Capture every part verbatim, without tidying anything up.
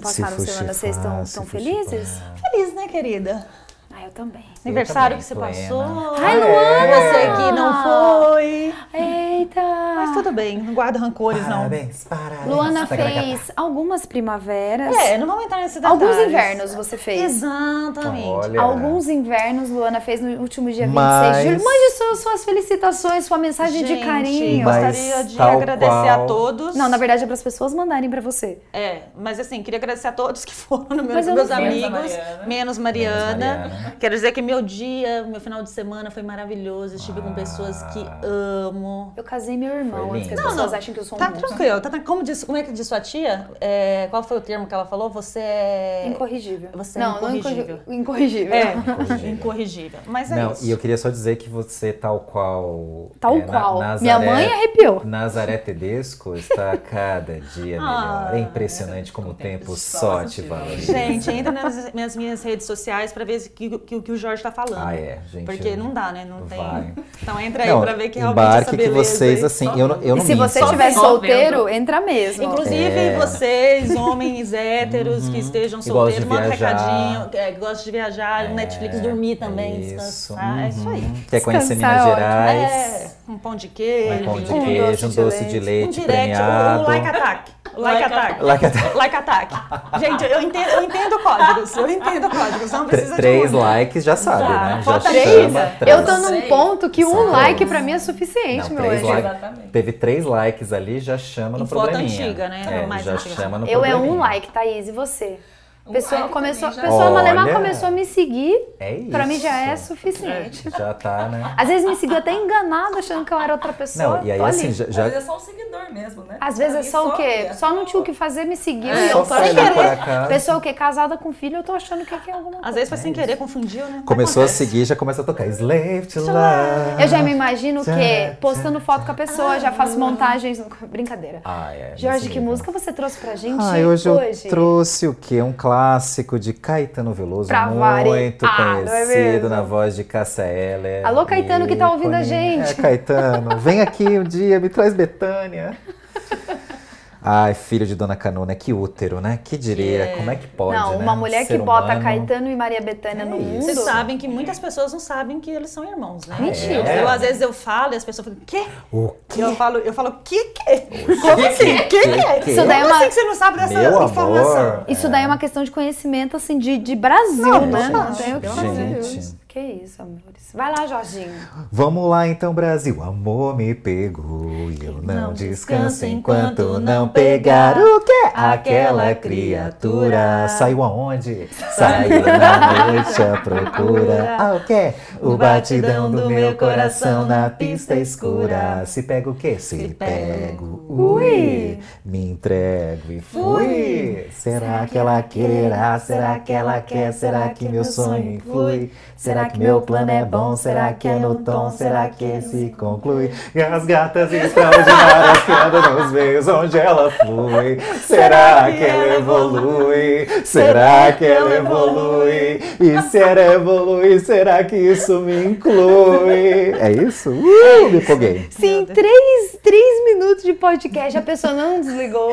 passaram a semana? Vocês estão tão felizes? Feliz, né, querida? Ah, eu também. Aniversário também, que você plena. passou. Ai, Luana! Você que não foi. Eita! Mas tudo bem, não guarda rancores, não. Parabéns, parabéns. Luana Tacaracatá. fez algumas primaveras. É, não vamos entrar nesse detalhes. Alguns invernos você fez. Exatamente. Olha. Alguns invernos Luana fez no último dia Mas- vinte e seis de julho. Mande suas, suas felicitações, sua mensagem Gente, de carinho. Mas gostaria de tal agradecer qual- a todos. Não, na verdade é para as pessoas mandarem para você. É, mas assim, queria agradecer a todos que foram no meu, Mas eu meus não fui. amigos, Menos a Mariana. menos Mariana. Menos Mariana. Quero dizer que meu dia, meu final de semana foi maravilhoso. Estive com pessoas que amo. Eu casei meu irmão Foi antes que as lindo. pessoas achem que eu sou um Tá monstro. tranquilo, tá, tra- como, disse, como é que disse sua tia? É, qual foi o termo que ela falou? Você é... Incorrigível. Você é não, incorrigível. não incorrigível. É, Incorrigível. incorrigível. Mas é Não, isso. e eu queria só dizer que você, tal qual... Tal é, Na- qual. Nazaré- Minha mãe arrepiou. Nazaré Tedesco está cada dia melhor. É impressionante como o tempo só te valoriza. Gente, entra nas minhas, minhas redes sociais pra ver o que, que, que o Jorge tá falando. Ah, é, gente. Porque não dá, né? Não Vai. tem. Então entra aí Não, pra ver que realmente embarque essa que beleza vocês, aí- assim, eu, não- eu E não se minto. você Só estiver vendo. solteiro, entra mesmo. Inclusive, É. vocês, homens héteros que estejam Que gostam solteiros, de manda um viajar. recadinho, é, que gostam de viajar, no Netflix dormir também, Isso. descansar. É isso aí. Uhum. Quer conhecer Descansar Minas é ótimo. Gerais? É, um pão de queijo, Um pão de Um queijo, um doce de doce de leite. leite, um direct, premiado. o, o like attack. O like, Like attack. Like attack. Like attack. Gente, eu entendo, eu entendo códigos, eu entendo códigos, não Tr- precisa de Três muito. likes já sabe, Já. né? Já Falta chama. três. Eu tô num Três. ponto que um São like três. pra mim é suficiente, Não, meu três anjo. likes. Exatamente. Teve três likes ali, já chama no Em foto probleminha. antiga, né? É, Mais já antiga. chama no Eu é probleminha. um like, Thaís, e você? Um Pessoa like começou, também já- pessoa Malemar Olha. começou a me seguir, É isso. pra mim já é suficiente. Já tá, né? Às vezes me seguiu até enganado, achando que eu era outra pessoa. Não, e aí Tô ali. assim, já... Às já- vezes é só um seguidor mesmo, né? Às vezes é Ali só o quê? é Só não tinha o que fazer, me seguiu É, e só eu tô foi sem ali por querer. acaso. Pessoa o quê? Casada com filho, eu tô achando que é alguma coisa. Às vezes foi sem querer, confundiu, né? Começou a Acontece. seguir, já começa a tocar Slave to Love. Eu já me imagino o quê? Tchá, Postando foto com a pessoa, já faço montagens. No... Brincadeira. Ah, é. Jorge, nesse que nível. música você trouxe pra gente Ah, hoje eu hoje? trouxe o quê? Um clássico de Caetano Veloso, Pra muito variar, não é conhecido mesmo? na voz de Cássia Eller. Alô, Caetano, que tá ouvindo a ícone. gente. É, Caetano, vem aqui um dia, me traz Betânia. Ai, filho de Dona Canona, que útero, né? Que diria, Que é- como é que pode, Não, né? uma mulher Ser que bota humano. Caetano e Maria Bethânia É no isso. mundo. Vocês sabem que muitas pessoas não sabem que eles são irmãos, né? Mentira. Eu, às vezes eu falo e as pessoas falam, quê? O E eu falo, eu falo, que que? Como assim? Que Que que? que? Isso daí é Como uma- assim que você não sabe dessa Meu informação? amor. Isso daí é uma questão de conhecimento, assim, de, de Brasil, Não, né? gente, Não tem o que pelo fazer. amor de Deus. Que isso, amores. Vai lá, Jorginho. Vamos lá então, Brasil. Amor me pegou e eu não, descanso enquanto não pegar o que? Aquela criatura saiu aonde? Saiu na noite à procura. Ah, o que? O batidão do meu coração na pista escura. Se pega o quê? Se pego, ui, me entrego e fui. Será que ela quererá? Será que ela quer? Será que meu sonho influi? Será que meu plano é bom? Será que é no tom? Será que se conclui? E as gatas extraordinárias que andam nos meios onde ela flui. Será que ela evolui? Será que ela evolui? E se ela evolui, será que isso me inclui? É isso? Uh, me empolguei. Sim, três, três minutos de podcast, a pessoa não desligou.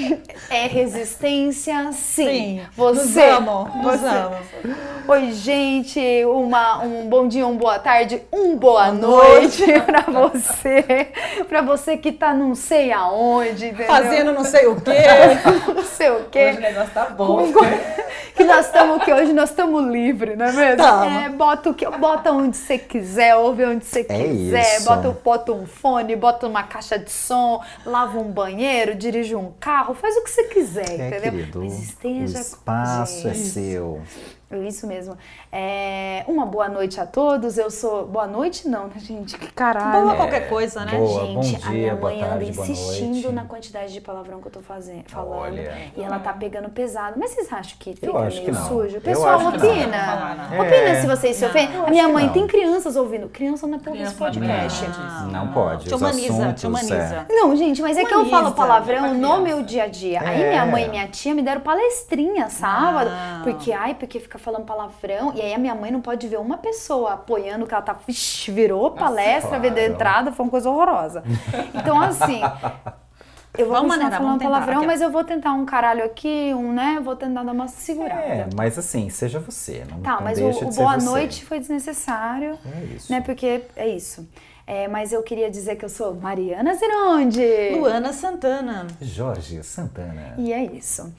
É resistência, sim. Sim, Você. nos amo, nos você. amo. Oi, gente, uma, um bom dia, uma boa tarde, um boa noite pra você. Pra você que tá não sei aonde, entendeu? Fazendo não sei o quê. não sei o quê. Hoje o negócio tá bom. Que nós estamos que hoje nós estamos livres, não é mesmo? Tamo. É, bota o que, bota onde você quiser, ouve onde você quiser, isso. bota, bota um fone, bota uma caixa de som, lava um banheiro, dirige um carro, faz o que você quiser, É, entendeu? querido, Mas o esteja espaço é gente. seu. Isso mesmo. É, uma boa noite a todos. Eu sou. Boa noite, não, né, gente? Que caralho. Boa qualquer coisa, né? Boa, Gente, bom a minha dia, boa mãe anda tarde, boa insistindo noite. na quantidade de palavrão que eu tô fazendo, falando. Olha. E ela tá pegando pesado. Mas vocês acham que fica acho meio que não. sujo? Eu Pessoal, acho que não. opina. Não vou falar, não. Opina É. se vocês se Não, ofendem. eu A minha acho que mãe não. tem crianças ouvindo. Criança não é pra ouvir esse Criança não podcast. pode. Não pode. Te Os humaniza, assuntos, te humaniza. Não, gente, mas é que eu Humaniza. falo palavrão Pra no criança. meu dia a dia. Aí É. minha mãe e minha tia me deram palestrinha sábado, Ah. porque, ai, porque fica falando palavrão. E aí a minha mãe não pode ver uma pessoa apoiando que ela tá, vixi, virou palestra, claro. vender entrada, foi uma coisa horrorosa. Então, assim, Eu vou Vamos continuar maneirar, falando vamos tentar, palavrão, Raquel. mas eu vou tentar um caralho aqui, um, né? Vou tentar dar uma segurada. É, mas assim, seja você. Não, Tá, não mas o, deixa o de ser boa você. noite foi desnecessário, É isso. né? Porque é isso. É, mas eu queria dizer que eu sou Mariana Zironde. Luana Santana. Jorge Santana. E é isso.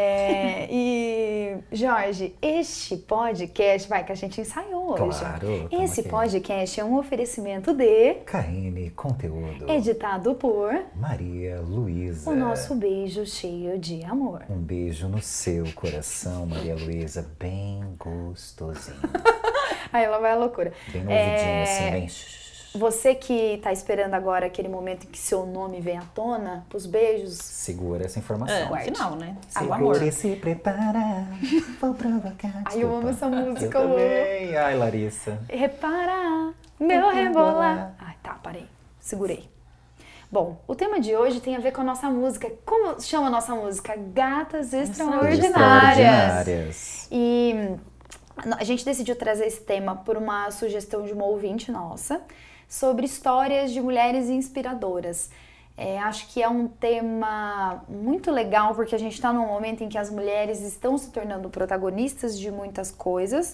É, e, Jorge, este podcast, vai, que a gente ensaiou hoje. Claro, tamo Esse aqui. podcast é um oferecimento de, K N Conteúdo. editado por, Maria Luísa. o nosso beijo cheio de amor. Um beijo no seu coração, Maria Luísa, bem gostosinho. Aí ela vai à loucura. Bem no É, ouvidinho, assim, bem... Você que tá esperando agora aquele momento em que seu nome vem à tona, pros beijos, Segura essa informação. É, no Guarde. final, né? Ah, Sim, o amor. Segura e se prepara, vou provocar. ai, eu amo Desculpa. essa música, Eu eu amo. também. Ai, Larissa. Repara, meu rebolar. Ai, tá, parei. Segurei. Bom, o tema de hoje tem a ver com a nossa música. Como chama a nossa música? Gatas Extraordinárias. Extraordinárias. E a gente decidiu trazer esse tema por uma sugestão de uma ouvinte nossa sobre histórias de mulheres inspiradoras. É, acho que é um tema muito legal porque a gente está num momento em que as mulheres estão se tornando protagonistas de muitas coisas,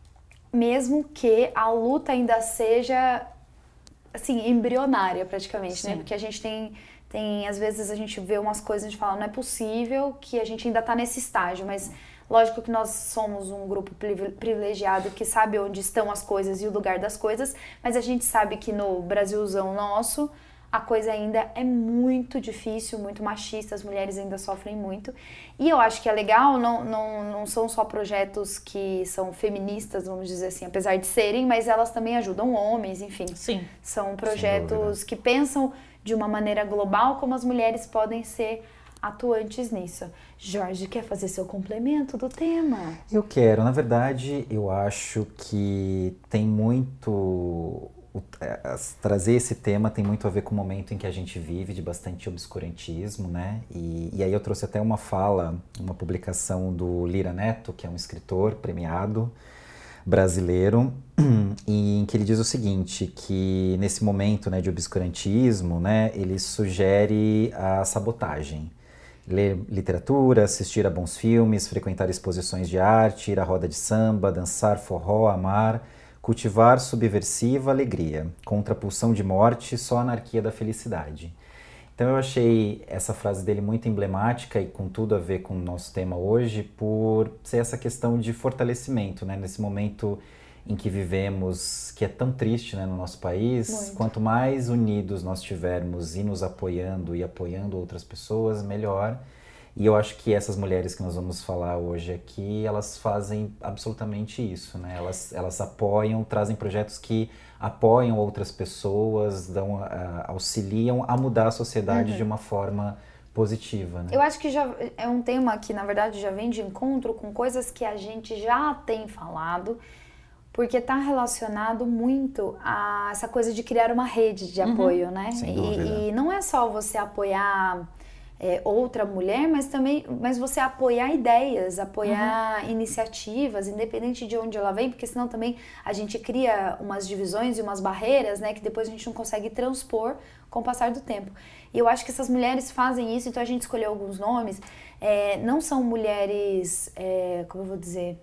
mesmo que a luta ainda seja assim, embrionária praticamente, né? Sim. Porque a gente tem, tem, às vezes a gente vê umas coisas e a gente fala, não é possível que a gente ainda tá nesse estágio, mas lógico que nós somos um grupo privi- privilegiado que sabe onde estão as coisas e o lugar das coisas, mas a gente sabe que no Brasilzão nosso, a coisa ainda é muito difícil, muito machista, as mulheres ainda sofrem muito. E eu acho que é legal, não, não, não são só projetos que são feministas, vamos dizer assim, apesar de serem, mas elas também ajudam homens, enfim. Sim. São dúvida. projetos que pensam de uma maneira global como as mulheres podem ser atuantes nisso. Jorge, quer fazer seu complemento do tema? Eu quero. Na verdade, eu acho que tem muito... o- é, as- trazer esse tema tem muito a ver com o momento em que a gente vive, de bastante obscurantismo, né? E, e aí eu trouxe até uma fala, uma publicação do Lira Neto, que é um escritor premiado brasileiro, e em que ele diz o seguinte, que nesse momento, né, de obscurantismo, né, ele sugere a sabotagem. Ler literatura, assistir a bons filmes, frequentar exposições de arte, ir à roda de samba, dançar forró, amar, cultivar subversiva alegria, contra a pulsão de morte, só anarquia da felicidade. Então eu achei essa frase dele muito emblemática e com tudo a ver com o nosso tema hoje, por ser essa questão de fortalecimento, né? Nesse momento em que vivemos, que é tão triste, né, no nosso país, Muito. quanto mais unidos nós tivermos e nos apoiando e apoiando outras pessoas, melhor. E eu acho que essas mulheres que nós vamos falar hoje aqui, elas fazem absolutamente isso, né? Elas, elas apoiam, trazem projetos que apoiam outras pessoas, dão, uh, auxiliam a mudar a sociedade Uhum. de uma forma positiva, né? Eu acho que já é um tema que, na verdade, já vem de encontro com coisas que a gente já tem falado, porque está relacionado muito a essa coisa de criar uma rede de apoio, né? Sem dúvida. E, e não é só você apoiar é, outra mulher, mas também mas você apoiar ideias, apoiar iniciativas, independente de onde ela vem, porque senão também a gente cria umas divisões e umas barreiras, né, que depois a gente não consegue transpor com o passar do tempo. E eu acho que essas mulheres fazem isso, então a gente escolheu alguns nomes. É, não são mulheres, é, como eu vou dizer...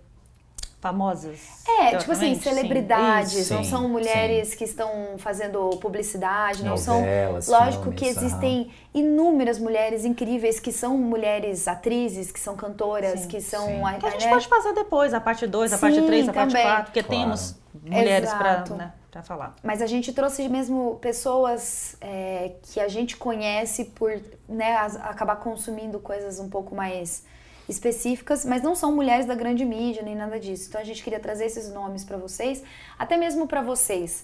Famosas. É, tipo assim, teoricamente, sim. celebridades, Isso. não Sim, são mulheres que estão fazendo publicidade, não Novelas, são... Lógico filmes, que existem inúmeras mulheres incríveis que são mulheres atrizes, que são cantoras, Sim, que são... sim. a- Que a gente né? pode fazer depois, a parte dois, a Sim, parte três, a parte também. quatro, porque Claro. temos mulheres para Exato. né, pra falar. Mas a gente trouxe mesmo pessoas é, que a gente conhece por né, as- acabar consumindo coisas um pouco mais específicas, mas não são mulheres da grande mídia nem nada disso. Então a gente queria trazer esses nomes para vocês, até mesmo para vocês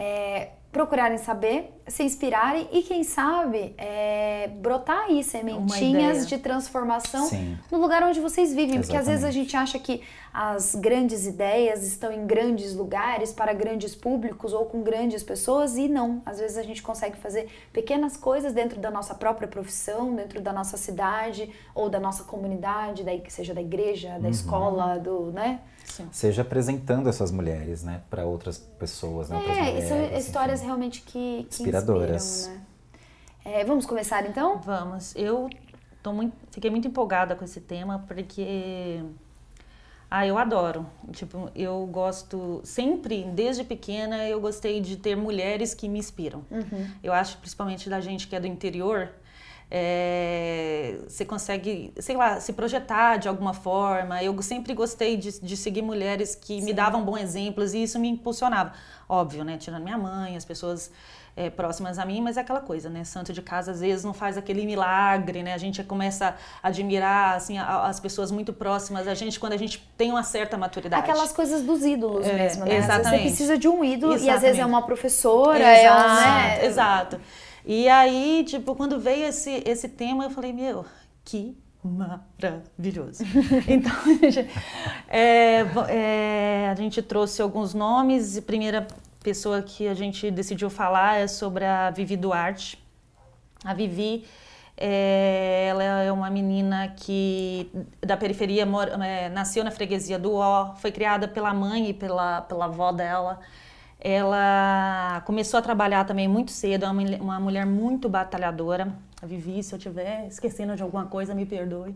é, procurarem saber, se inspirarem e quem sabe é, brotar aí sementinhas ideia. de transformação Sim. no lugar onde vocês vivem, porque às vezes a Exatamente. gente acha que as grandes ideias estão em grandes lugares, para grandes públicos ou com grandes pessoas, e não. Às vezes a gente consegue fazer pequenas coisas dentro da nossa própria profissão, dentro da nossa cidade ou da nossa comunidade, daí que seja da igreja, da escola, do, né? Seja apresentando essas mulheres, né, para outras pessoas, né, outras É, e mulheres, são enfim. histórias realmente que, que Inspiradoras. inspiram, né? É, vamos começar então? Vamos. Eu tô muito, fiquei muito empolgada com esse tema porque ah, eu adoro. Tipo, eu gosto sempre, desde pequena, eu gostei de ter mulheres que me inspiram. Uhum. Eu acho, principalmente da gente que é do interior, é, você consegue, sei lá, se projetar de alguma forma. Eu sempre gostei de, de seguir mulheres que Sim. me davam bons exemplos e isso me impulsionava. Óbvio, né? Tirando minha mãe, as pessoas é, próximas a mim, mas é aquela coisa, né? Santo de casa às vezes não faz aquele milagre, né? A gente começa a admirar, assim, a, as pessoas muito próximas a gente quando a gente tem uma certa maturidade. Aquelas coisas dos ídolos é, mesmo, né? Exatamente. Às vezes você precisa de um ídolo Exatamente. e às vezes é uma professora, Exato, é um, né? Exato. E aí, tipo, quando veio esse, esse tema, eu falei, meu, que maravilhoso. Então, é, é, a gente trouxe alguns nomes. A primeira pessoa que a gente decidiu falar é sobre a Vivi Duarte. A Vivi, é, ela é uma menina que da periferia, mora, é, nasceu na freguesia do Ó, foi criada pela mãe e pela, pela avó dela. Ela começou a trabalhar também muito cedo, é uma, uma mulher muito batalhadora. A Vivi, se eu estiver esquecendo de alguma coisa, me perdoe.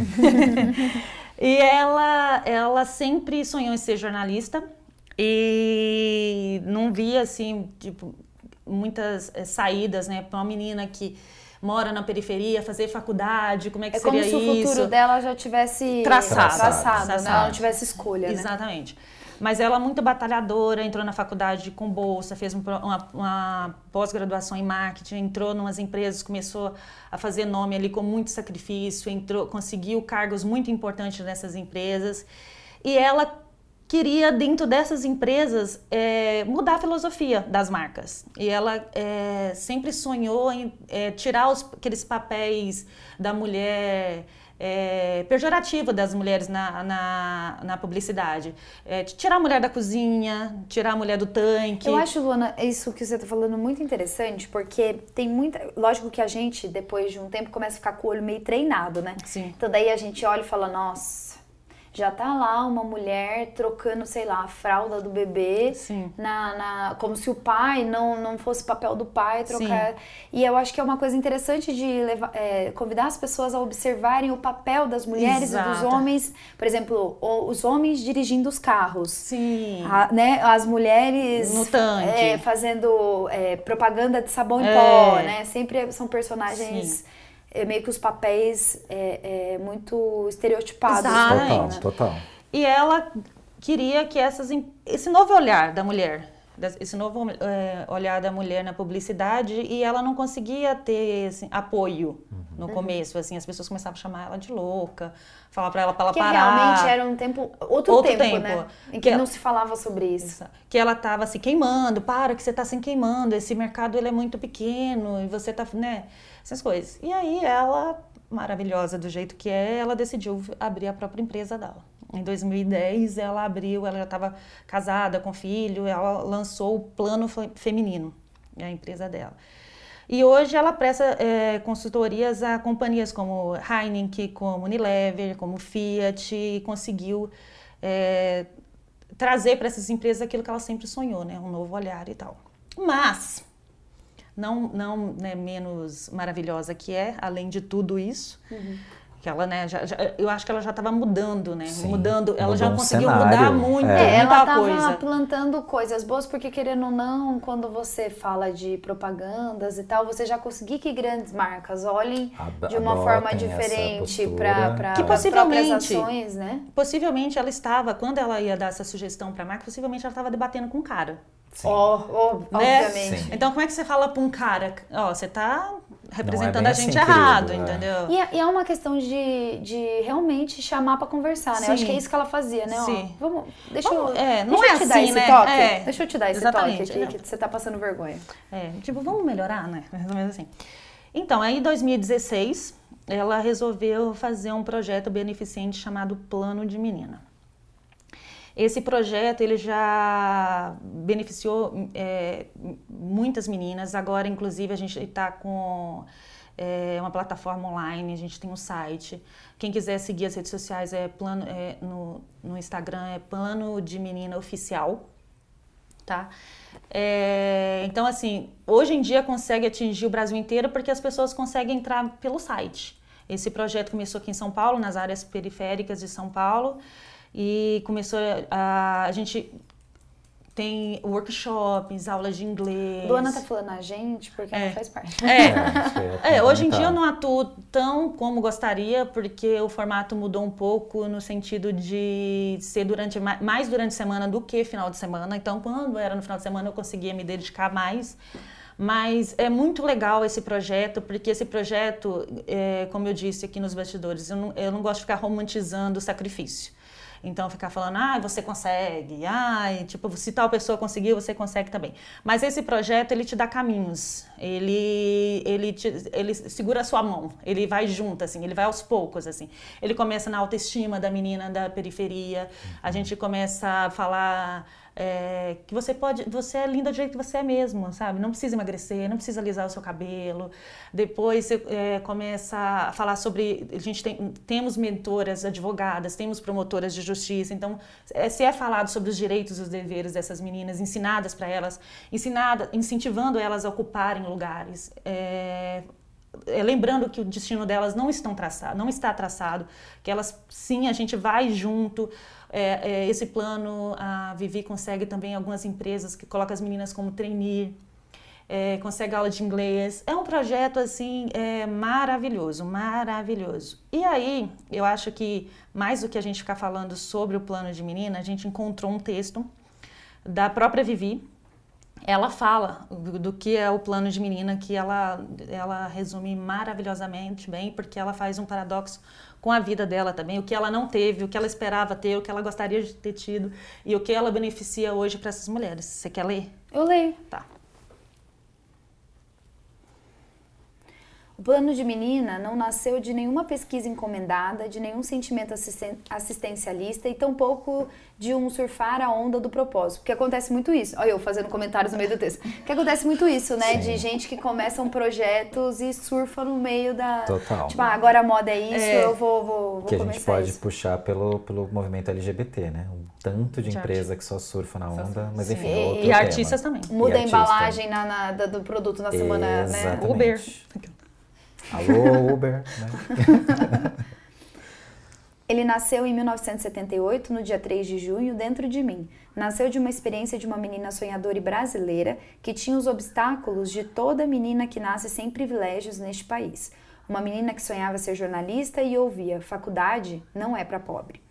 E ela, ela sempre sonhou em ser jornalista e não via, assim, tipo, muitas é, saídas, né, para uma menina que mora na periferia, fazer faculdade, como é que é seria isso? É como se o futuro dela já tivesse traçado, traçado, traçado. Né? Ela não tivesse escolha, Exatamente. Né? Mas ela é muito batalhadora, entrou na faculdade com bolsa, fez uma, uma pós-graduação em marketing, entrou em umas empresas, começou a fazer nome ali com muito sacrifício, entrou, conseguiu cargos muito importantes nessas empresas. E ela queria, dentro dessas empresas, é, mudar a filosofia das marcas. E ela é, sempre sonhou em é, tirar os, aqueles papéis da mulher... É, pejorativo das mulheres na, na, na publicidade. É, tirar a mulher da cozinha, tirar a mulher do tanque. Eu acho, Luana, isso que você está falando muito interessante, porque tem muita... Lógico que a gente, depois de um tempo, começa a ficar com o olho meio treinado, né? Sim. Então daí a gente olha e fala, nossa... Já tá lá uma mulher trocando, sei lá, a fralda do bebê, Sim. Na, na, como se o pai não, não fosse papel do pai trocar. Sim. E eu acho que é uma coisa interessante de levar, é, convidar as pessoas a observarem o papel das mulheres Exato. E dos homens. Por exemplo, os homens dirigindo os carros. Sim. A, né, as mulheres no tanque. É, fazendo é, propaganda de sabão em é. pó, né? Sempre são personagens... Sim. É meio que os papéis é, é, muito estereotipados. Exatamente. Total, né? total. E ela queria que essas, esse novo olhar da mulher, esse novo é, olhar da mulher na publicidade, e ela não conseguia ter assim, apoio uhum. no começo. Assim, as pessoas começavam a chamar ela de louca, falar pra ela para ela que parar. Que realmente era um tempo, outro, outro tempo, tempo, né? Em que, que não ela, se falava sobre isso. Que ela estava se queimando, para que você está se queimando, esse mercado ele é muito pequeno e você tá, né? Essas coisas. E aí ela, maravilhosa do jeito que é, ela decidiu abrir a própria empresa dela. Em dois mil e dez ela abriu, ela já estava casada com filho, ela lançou o Plano Feminino, a empresa dela. E hoje ela presta é, consultorias a companhias como Heineken, como Unilever, como Fiat, e conseguiu é, trazer para essas empresas aquilo que ela sempre sonhou, né? Um novo olhar e tal. Mas... não, não né, menos maravilhosa que é, além de tudo isso, uhum. que ela, né, já, já, eu acho que ela já estava mudando, né, Sim, mudando, ela já um conseguiu cenário, mudar muito, é. É, ela estava coisa. plantando coisas boas, porque querendo ou não, quando você fala de propagandas e tal, você já conseguiu que grandes marcas olhem Ad- de uma forma diferente para as próprias ações, né? Possivelmente ela estava, quando ela ia dar essa sugestão para a marca, possivelmente ela estava debatendo com um cara. Sim. Oh, oh, né? Obviamente. Sim. Então, como é que você fala para um cara? Ó, oh, você tá representando é a gente assim, errado, querido, entendeu? E é, e é uma questão de, de realmente chamar para conversar, né? Eu acho que é isso que ela fazia, né? Sim. Ó, vamos, deixa vamos, eu, é, não deixa é eu te assim, dar esse né? toque. É. Deixa eu te dar esse Exatamente, toque aqui, é. que você tá passando vergonha. É, tipo, vamos melhorar, né? Mais ou menos assim. Então, aí em dois mil e dezesseis, ela resolveu fazer um projeto beneficente chamado Plano de Menina. Esse projeto ele já beneficiou é, muitas meninas. Agora, inclusive, a gente está com é, uma plataforma online, a gente tem um site. Quem quiser seguir as redes sociais é plano, é, no, no Instagram é Plano de Menina Oficial. tá? É, então, assim, hoje em dia consegue atingir o Brasil inteiro porque as pessoas conseguem entrar pelo site. Esse projeto começou aqui em São Paulo, nas áreas periféricas de São Paulo, e começou a, a gente tem workshops, aulas de inglês. Luana tá falando a gente porque é. ela faz parte. É, é hoje em dia eu não atuo tão como gostaria, porque o formato mudou um pouco no sentido de ser durante mais durante a semana do que final de semana. Então, quando era no final de semana, eu conseguia me dedicar mais. Mas é muito legal esse projeto, porque esse projeto, é, como eu disse aqui nos bastidores, eu não, eu não gosto de ficar romantizando o sacrifício. Então, ficar falando, ah, você consegue, ai, tipo, se tal pessoa conseguiu, você consegue também. Mas esse projeto, ele te dá caminhos, ele, ele, te, ele segura a sua mão, ele vai junto, assim, ele vai aos poucos, assim. Ele começa na autoestima da menina da periferia, a gente começa a falar... É, que você pode, você é linda do jeito que você é mesmo, sabe? Não precisa emagrecer, não precisa alisar o seu cabelo. Depois você é, começa a falar sobre, a gente tem, temos mentoras, advogadas, temos promotoras de justiça. Então, é, se é falado sobre os direitos e os deveres dessas meninas, ensinadas para elas, ensinada, incentivando elas a ocuparem lugares. É, É, lembrando que o destino delas não, estão traçado, não está traçado, que elas, sim, a gente vai junto. É, é, esse plano, a Vivi consegue também algumas empresas que colocam as meninas como trainee, é, consegue aula de inglês. É um projeto, assim, é, maravilhoso, maravilhoso. E aí, eu acho que, mais do que a gente ficar falando sobre o plano de menina, a gente encontrou um texto da própria Vivi. Ela fala do, do que é o plano de menina, que ela, ela resume maravilhosamente bem, porque ela faz um paradoxo com a vida dela também, o que ela não teve, o que ela esperava ter, o que ela gostaria de ter tido e o que ela beneficia hoje para essas mulheres. Você quer ler? Eu leio. Tá. O plano de menina não nasceu de nenhuma pesquisa encomendada, de nenhum sentimento assisten- assistencialista e tampouco de um surfar a onda do propósito. Porque acontece muito isso. Olha eu fazendo comentários no meio do texto. Porque acontece muito isso, né? Sim. De gente que começam projetos e surfa no meio da... Total. Tipo, ah, agora a moda é isso, é. eu vou, vou, vou que começar a gente pode isso. puxar pelo, pelo movimento L G B T, né? Um tanto de empresa que só surfa na onda, mas enfim, é outro E tema. artistas também. Muda a embalagem na, na, do produto na semana, Exatamente. né? Uber. Alô, Uber, né? Ele nasceu em mil novecentos e setenta e oito, no dia três de junho, dentro de mim. Nasceu de uma experiência de uma menina sonhadora e brasileira que tinha os obstáculos de toda menina que nasce sem privilégios neste país. Uma menina que sonhava ser jornalista e ouvia, faculdade não é para pobre.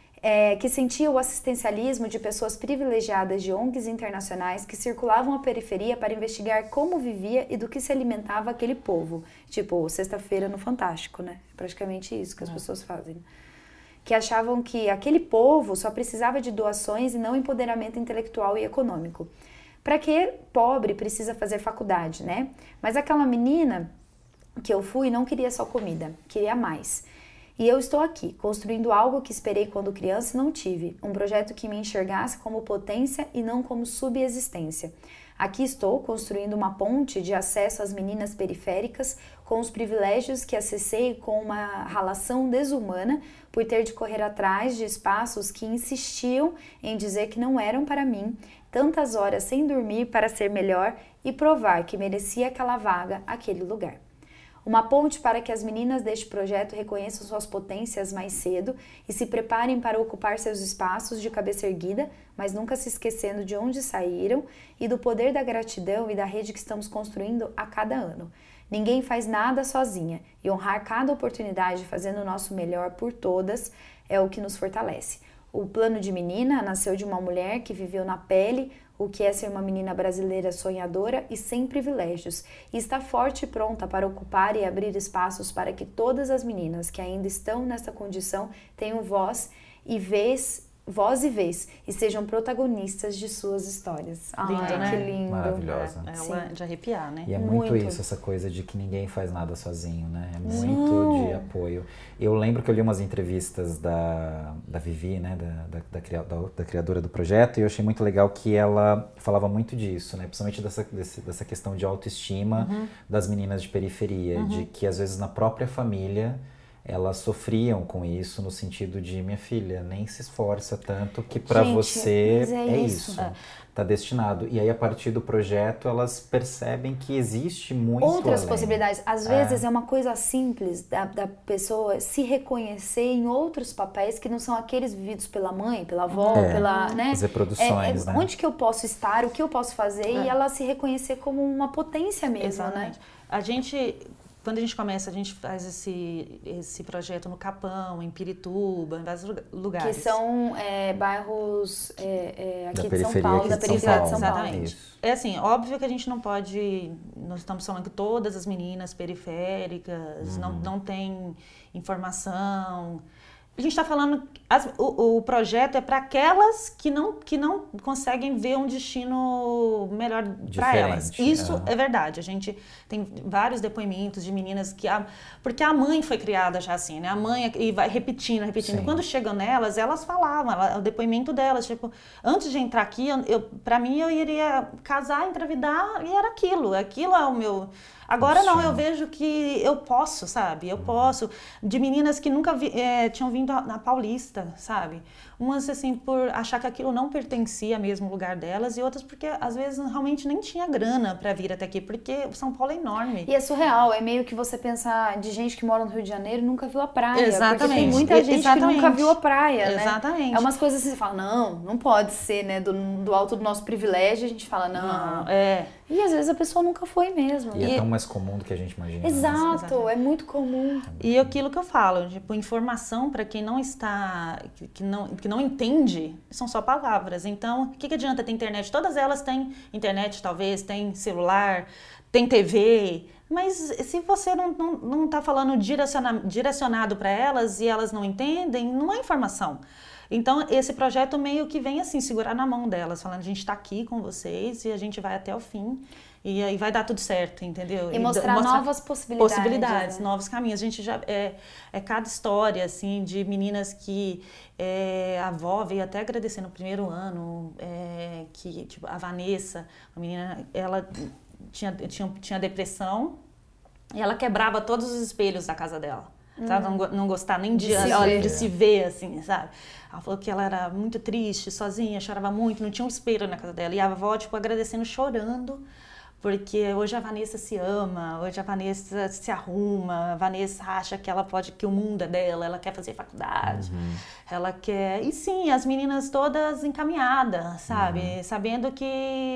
É, que sentia o assistencialismo de pessoas privilegiadas de O N Gs internacionais que circulavam a periferia para investigar como vivia e do que se alimentava aquele povo. Tipo, sexta-feira no Fantástico, né? Praticamente isso que as é. pessoas fazem. Que achavam que aquele povo só precisava de doações e não empoderamento intelectual e econômico. Para que pobre precisa fazer faculdade, né? Mas aquela menina que eu fui não queria só comida, queria mais. E eu estou aqui, construindo algo que esperei quando criança e não tive. Um projeto que me enxergasse como potência e não como subexistência. Aqui estou, construindo uma ponte de acesso às meninas periféricas com os privilégios que acessei com uma relação desumana por ter de correr atrás de espaços que insistiam em dizer que não eram para mim, tantas horas sem dormir para ser melhor e provar que merecia aquela vaga, aquele lugar. Uma ponte para que as meninas deste projeto reconheçam suas potências mais cedo e se preparem para ocupar seus espaços de cabeça erguida, mas nunca se esquecendo de onde saíram e do poder da gratidão e da rede que estamos construindo a cada ano. Ninguém faz nada sozinha e honrar cada oportunidade fazendo o nosso melhor por todas é o que nos fortalece. O plano de menina nasceu de uma mulher que viveu na pele o que é ser uma menina brasileira sonhadora e sem privilégios, e está forte e pronta para ocupar e abrir espaços para que todas as meninas que ainda estão nessa condição tenham voz e vez, voz e vez, e sejam protagonistas de suas histórias. Lindo, Ai, né? que lindo. Maravilhosa. É, é de arrepiar, né? E é muito, Muito. isso, essa coisa de que ninguém faz nada sozinho, né? É muito Sim. de apoio. Eu lembro que eu li umas entrevistas da, da Vivi, né? Da, da, da, cria- da, da criadora do projeto, e eu achei muito legal que ela falava muito disso, né? Principalmente dessa, desse, dessa questão de autoestima uhum. das meninas de periferia, uhum. de que às vezes na própria família elas sofriam com isso no sentido de, minha filha, nem se esforça tanto que para Gente, você mas é é isso. isso. Tá destinado. E aí, a partir do projeto, elas percebem que existe muito outras além. possibilidades. Às vezes é uma coisa simples da, da pessoa se reconhecer em outros papéis que não são aqueles vividos pela mãe, pela avó, É, pela, né? as reproduções, É, é, né? Onde que eu posso estar, o que eu posso fazer É. e ela se reconhecer como uma potência mesmo, Exatamente. né? A gente, quando a gente começa, a gente faz esse, esse projeto no Capão, em Pirituba, em vários lugar- lugares. Que são é, bairros é, é, aqui Da de São periferia Paulo, aqui da de São periferia de Paulo. São Paulo. Exatamente. Isso. É assim, óbvio que a gente não pode, nós estamos falando que todas as meninas periféricas Uhum. não, não têm informação. A gente está falando, as- o, o projeto é para aquelas que não, que não conseguem ver um destino melhor para Diferente, elas. Isso é. é verdade. A gente tem vários depoimentos de meninas que... A, porque a mãe foi criada já assim, né? A mãe, e vai repetindo, repetindo. Sim. Quando chegam nelas, elas falavam, ela- o depoimento delas, tipo, antes de entrar aqui, eu, eu, para mim, eu iria casar, engravidar, e era aquilo. Aquilo é o meu... Agora não, eu vejo que eu posso, sabe? Eu posso. De meninas que nunca vi, é, tinham vindo a- na Paulista, sabe? Umas, assim, por achar que aquilo não pertencia mesmo ao lugar delas, e outras porque, às vezes, realmente nem tinha grana para vir até aqui, porque São Paulo é enorme. E é surreal, é meio que você pensar de gente que mora no Rio de Janeiro e nunca viu a praia. Porque Exatamente. tem muita gente Exatamente. que nunca viu a praia, né? Exatamente. É umas coisas assim, você fala, não, não pode ser, né? Do, do alto do nosso privilégio, a gente fala, não. Não, é... E às vezes a pessoa nunca foi mesmo. E, é tão mais comum do que a gente imagina. né? Exato, Exatamente. é muito comum. E aquilo que eu falo, tipo, informação para quem não está, que- que não, que não entende, são só palavras. Então, o que, que adianta ter internet? Todas elas têm internet, talvez, tem celular, tem T V, mas se você não, não, não tá falando direciona, direcionado para elas e elas não entendem, não é informação. Então, esse projeto meio que vem assim, segurar na mão delas, falando, a gente está aqui com vocês e a gente vai até o fim. E aí vai dar tudo certo, entendeu? E mostrar novas possibilidades, Possibilidades, né? novos caminhos. A gente já... É, é cada história, assim, de meninas que é, a avó veio até agradecer no primeiro ano, é, que, tipo, a Vanessa, a menina, ela tinha, tinha, tinha depressão e ela quebrava todos os espelhos da casa dela. Sabe? Não, go- não gostar nem de, De se olha, ver. de se ver, assim, sabe? Ela falou que ela era muito triste, sozinha, chorava muito, não tinha um espelho na casa dela. E a avó, tipo, agradecendo, chorando, porque hoje a Vanessa se ama, hoje a Vanessa se arruma, a Vanessa acha que ela pode, que o mundo é dela, ela quer fazer faculdade, ela quer... E sim, as meninas todas encaminhadas, sabe? Sabendo que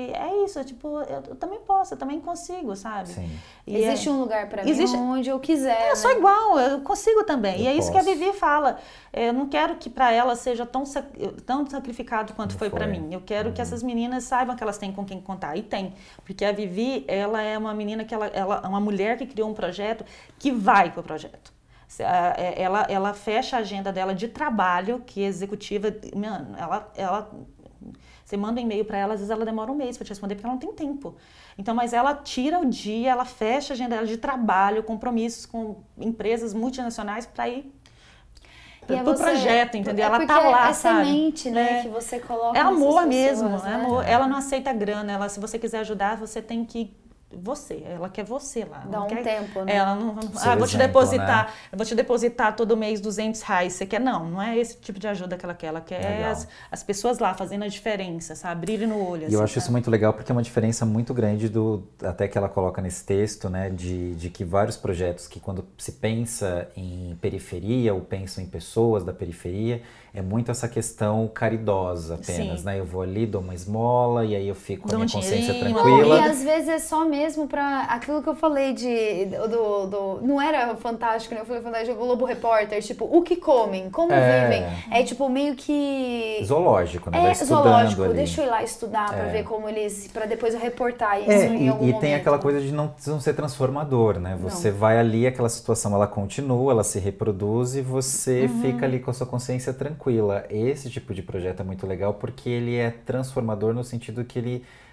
é isso, tipo, eu, eu também posso, eu também consigo, sabe? Sim. E Existe é- um lugar pra mim Existe- onde eu quiser. eu sou né? igual, eu consigo também. Eu e é isso que a posso. Vivi fala. Eu não quero que para ela seja tão, sac- tão sacrificado quanto Não foi para foi. mim. Eu quero que essas meninas saibam que elas têm com quem contar. E tem. Porque a Vivi, ela é uma menina que ela, ela é uma mulher que criou um projeto que vai pro projeto. Se- a- é- Ela, ela fecha a agenda dela de trabalho, que é executiva. Mano, ela, ela você manda um e-mail para ela, às vezes ela demora um mês para te responder, porque ela não tem tempo. Então, mas ela tira o dia, ela fecha a agenda dela de trabalho, compromissos com empresas multinacionais para ir E é pro você- projeto, entendeu? é Ela porque tá lá, é sabe? semente, né, É. que você coloca É nessas amor pessoas, mesmo, né? é amor. Ela não aceita grana, ela, se você quiser ajudar, você tem que... Você, ela quer você lá. Dá não um quer, tempo, né? Ela não, não- Seu ah, vou te exemplo, depositar, né? eu vou te depositar todo mês duzentos reais, você quer? Não, não é esse tipo de ajuda que ela quer. Ela quer Legal. as, as pessoas lá fazendo a diferença, sabe? Brilho no olho. E eu assim, acho isso sabe? muito legal porque é uma diferença muito grande do até que ela coloca nesse texto, né, de, de que vários projetos que quando se pensa em periferia ou pensam em pessoas da periferia, é muito essa questão caridosa apenas, Sim. né? Eu vou ali, dou uma esmola e aí eu fico com a Dou minha um consciência dinheirinho, tranquila. Não, e às vezes é só mesmo pra aquilo que eu falei de do, do não era fantástico, né? Eu falei fantástico, o Globo Repórter, tipo, o que comem, como É. vivem. É tipo meio que Zoológico, né? Vai é estudando zoológico, ali. deixa eu ir lá estudar pra É. ver como eles, pra depois eu reportar isso É, em e, algum e momento. tem aquela coisa de não, não ser transformador, né? Você vai ali, aquela situação ela continua, ela se reproduz e você Uhum. fica ali com a sua consciência tranquila. Esse tipo de projeto é muito legal porque ele é transformador no sentido que ele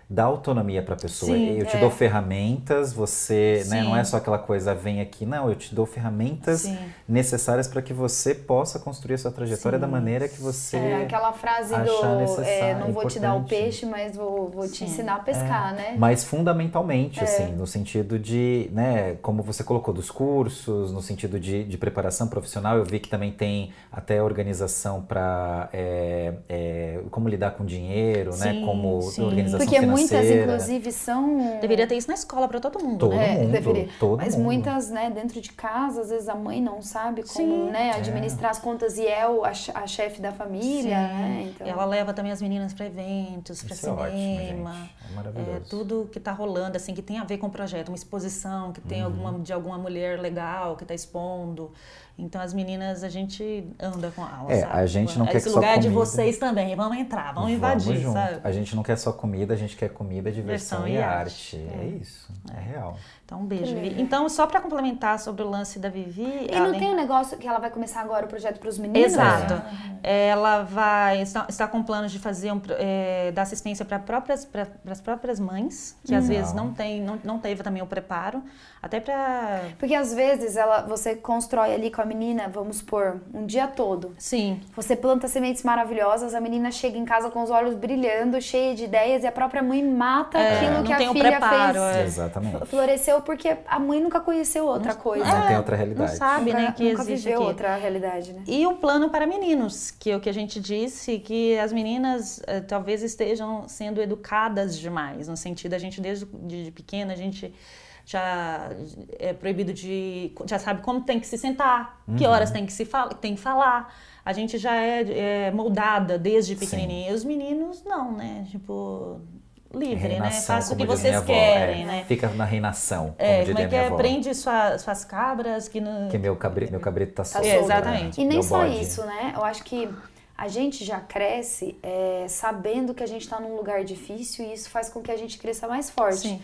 dá autonomia para a pessoa. Sim, eu te é. dou ferramentas, você, né, Sim. não é só aquela coisa, vem aqui, não, eu te dou ferramentas Sim. necessárias para que você possa construir a sua trajetória Sim. da maneira que você É, aquela frase do achar é, necessário, não vou te dar o importante. peixe, mas vou, vou te Sim. ensinar a pescar, né? Mas fundamentalmente, É. assim, no sentido de, né, como você colocou, dos cursos, no sentido de, de preparação profissional, eu vi que também tem até organização para é, é, como lidar com dinheiro, né, Sim, como sim. organização Porque financeira. muitas, inclusive, são... Deveria ter isso na escola para todo mundo, Todo né? É, mundo, deveria. todo Mas mundo. muitas, né, dentro de casa, às vezes a mãe não sabe como, Sim. né, administrar as contas e é o, a, che- a chefe da família, né? Então, Ela leva também as meninas para eventos, para Isso é ótimo, cinema. gente. É maravilhoso. É, tudo que tá rolando, assim, que tem a ver com o projeto, uma exposição que tem Uhum. alguma, de alguma mulher legal que tá expondo. Então, as meninas, a gente anda com elas, É, sabe? a gente não quer Esse que só lugar é de comida. vocês também, vamos entrar, vamos invadir, junto. sabe? A gente não quer só comida, a gente quer comida, diversão, Diversão e e arte. arte. É, isso, é, real. Então, um beijo, Que Vivi. legal. Então, só para complementar sobre o lance da Vivi... E não além- tem um negócio que ela vai começar agora o projeto para os meninos? Exato. Ela vai está, está com planos de fazer um, pro- é, dar assistência para próprias para as próprias mães, que às Legal. vezes não tem não, não teve também o preparo, até para Porque às vezes ela, você constrói ali com a menina, vamos supor, um dia todo. sim, Você planta sementes maravilhosas, a menina chega em casa com os olhos brilhando, cheia de ideias, e a própria mãe mata É, aquilo não que a tem o filha preparo, fez. é. Exatamente. Floresceu porque a mãe nunca conheceu outra coisa. Não tem outra não realidade. sabe, Nunca, né, que nunca existe viveu aqui. outra realidade, né? E um plano para meninos, que é o que a gente disse, que as meninas eh, talvez estejam sendo educadas demais, no sentido, a gente desde de, de pequena, a gente já é proibido de, já sabe como tem que se sentar, que Uhum. horas tem que se fala, tem que falar, a gente já é, é moldada desde Sim. pequenininha, e os meninos não, né, tipo, livre, né, Reinação, faça o que como diz vocês minha avó, querem, é, né. Fica na reinação, como É, como diria é que minha é? avó. Prende sua, suas cabras que não... Que meu, cabri, meu cabrito tá solto. É, exatamente. né? E nem Meu só bode. isso, né? Eu acho que a gente já cresce é, sabendo que a gente está num lugar difícil e isso faz com que a gente cresça mais forte. Sim.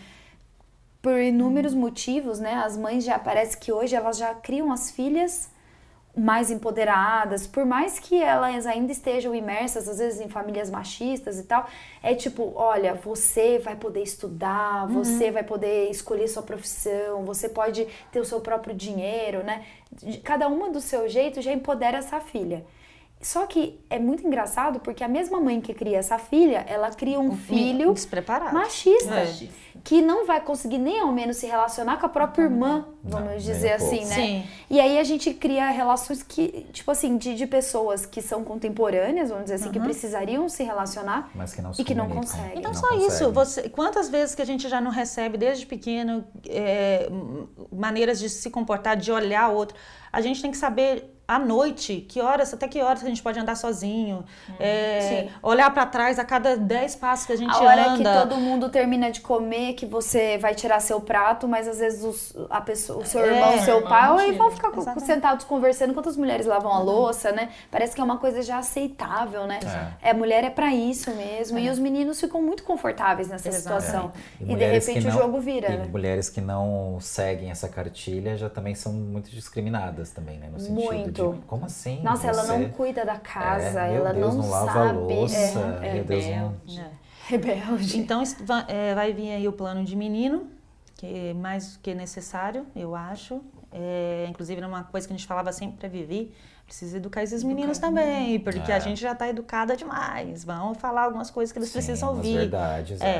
Por inúmeros motivos, né? As mães já parece que hoje elas já criam as filhas mais empoderadas, por mais que elas ainda estejam imersas, às vezes, em famílias machistas e tal, é tipo, olha, você vai poder estudar, você vai poder escolher sua profissão, você pode ter o seu próprio dinheiro, né? Cada uma do seu jeito já empodera essa filha. Só que é muito engraçado porque a mesma mãe que cria essa filha, ela cria um filho despreparado. machista, É. que não vai conseguir nem ao menos se relacionar com a própria irmã, vamos Não, nem dizer um assim, pouco. né? Sim. E aí a gente cria relações que, tipo assim, de, de pessoas que são contemporâneas, vamos dizer assim, que precisariam se relacionar Mas que não se e que não comunicam. conseguem. Então Não só consegue. isso, você, quantas vezes que a gente já não recebe desde pequeno é, m- maneiras de se comportar, de olhar o outro. A gente tem que saber à noite, que horas, até que horas a gente pode andar sozinho, é, Sim. olhar para trás a cada dez passos que a gente A hora anda. que todo mundo termina de comer, que você vai tirar seu prato, mas às vezes os, a pessoa, o seu É, irmão, o seu irmão pai, não aí tira. vão ficar co- Exatamente. sentados conversando enquanto as mulheres lavam a louça, né? Parece que é uma coisa já aceitável, né? É, mulher é pra isso mesmo. E os meninos ficam muito confortáveis nessa Exato. situação. E E, de mulheres que repente o não- jogo vira, E né? mulheres que não seguem essa cartilha já também são muito discriminadas também, né? No sentido Muito. de, como assim? Nossa, ela Você- não cuida da casa, É, meu ela Deus, não, não lava sabe. a louça, É, meu Deus, não... É. rebelde. Então isso va- é, vai vir aí o plano de menino, que é mais do que necessário, eu acho. É, inclusive, era uma coisa que a gente falava sempre para Vivi, precisa educar esses meninos também, porque É. a gente já está educada demais. Vamos falar algumas coisas que eles Sim, precisam umas ouvir. verdades, É. é.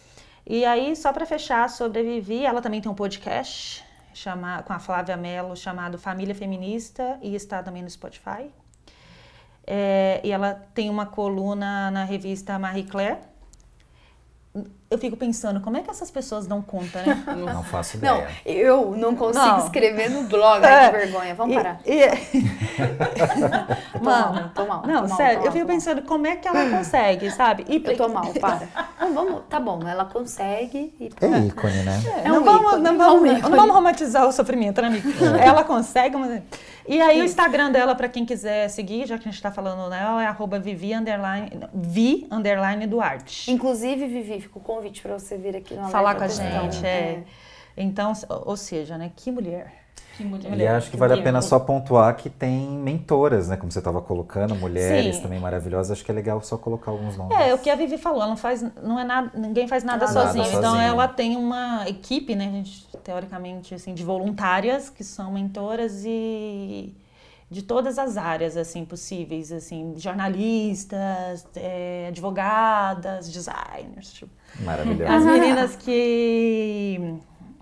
E aí, só para fechar sobre a Vivi, ela também tem um podcast chama, com a Flávia Mello chamado Família Feminista e está também no Spotify. É, e ela tem uma coluna na revista Marie Claire. Eu fico pensando, como é que essas pessoas dão conta, né? Não faço Não, ideia. eu não consigo Não. escrever no blog, É. ai que vergonha, vamos E- parar. e- Tô Mano, mal, tô mal, não, tô mal, sério, tô mal, eu fico tô mal. pensando como é que ela consegue, sabe? E Eu tô mal, para. Não, vamos, tá bom, ela consegue e É ícone, né? É não, um vamos, ícone, não, é vamos, um não ícone. vamos romantizar o sofrimento, né, amiga? Ela consegue, mas... E aí o Instagram dela, pra quem quiser seguir, já que a gente tá falando nela, é arroba Vivi underline, Vi underline Duarte. Inclusive, Vivi, fica o convite pra você vir aqui no Falar Alerta com a Questão. gente, é. Então, ou seja, né, que mulher. Que mulher. E acho que vale a pena só pontuar que tem mentoras, né? Como você estava colocando, mulheres Sim. também maravilhosas. Acho que é legal só colocar alguns nomes. É, o que a Vivi falou, ela não faz, não é nada, ninguém faz nada, Nada sozinho. sozinho. Então ela tem uma equipe, né, gente, teoricamente, assim, de voluntárias que são mentoras e de todas as áreas, assim, possíveis, assim, jornalistas, é, advogadas, designers, tipo, Maravilhoso. as meninas que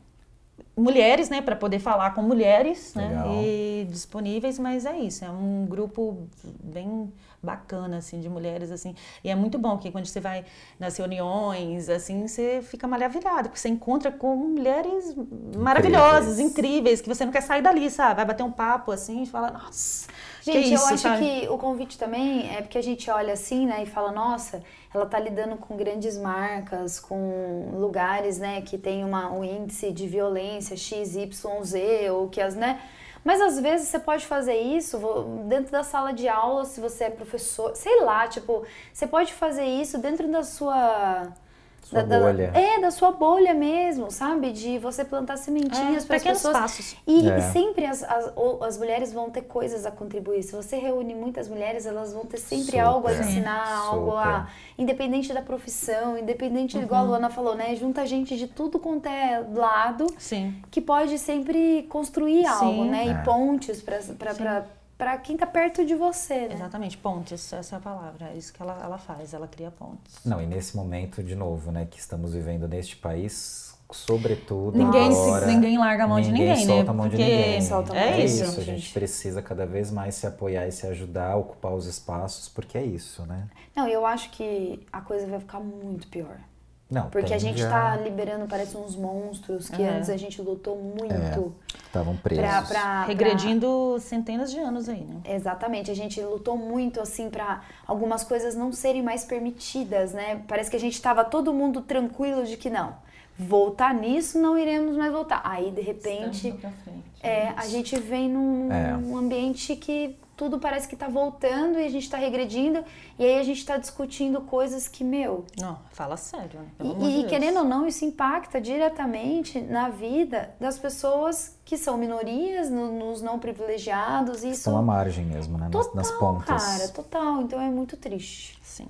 mulheres, né, para poder falar com mulheres, né, Legal. e disponíveis, mas é isso, é um grupo bem bacana, assim, de mulheres, assim, e é muito bom que quando você vai nas reuniões, assim, você fica maravilhado, porque você encontra com mulheres maravilhosas, incríveis, que você não quer sair dali, sabe, vai bater um papo, assim, e fala, nossa, Gente, que isso, eu acho sabe? que o convite também é porque a gente olha assim, né, e fala, nossa, ela tá lidando com grandes marcas, com lugares, né, que tem uma, um índice de violência X Y Z, ou que as, né, mas às vezes você pode fazer isso dentro da sala de aula, se você é professor, sei lá, tipo, você pode fazer isso dentro da sua... Sua da, bolha. Da, é, da sua bolha mesmo, sabe? De você plantar sementinhas É, para as pequenos pessoas. passos. E É. sempre as, as, ou- as mulheres vão ter coisas a contribuir. Se você reúne muitas mulheres, elas vão ter sempre Super. algo a ensinar, algo a... Super. Independente da profissão, independente, igual a Luana falou, né? Junta gente de tudo quanto é lado Sim. que pode sempre construir algo, Sim. né? É. E pontes para para quem tá perto de você, né? Exatamente, pontes, essa é a palavra, é isso que ela, ela faz, ela cria pontes. Não, e nesse momento, de novo, né, que estamos vivendo neste país, sobretudo Ninguém, se- agora, ninguém larga a mão de ninguém, solta né? a mão de Porque ninguém. Solta a é mão de isso. A ninguém. gente precisa cada vez mais se apoiar e se ajudar a ocupar os espaços, porque é isso, né? Não, eu acho que a coisa vai ficar muito pior. Não, Porque tem a gente já- tá liberando, parece uns monstros que É. antes a gente lutou muito estavam presos. pra, pra, Regredindo centenas de anos aí, né? Exatamente, a gente lutou muito assim pra algumas coisas não serem mais permitidas, né? Parece que a gente tava todo mundo tranquilo de que não, voltar nisso não iremos mais voltar. Aí de repente Estamos pra frente. é, a gente vem num, É. num ambiente que tudo parece que tá voltando e a gente tá regredindo e aí a gente tá discutindo coisas que, meu, Não, fala sério, né? Pelo amor e, de e Deus. querendo ou não, isso impacta diretamente na vida das pessoas que são minorias, no- nos não privilegiados. E isso Estão à margem mesmo, né? Nas, total, nas pontas. cara, total. Então é muito triste. Sim.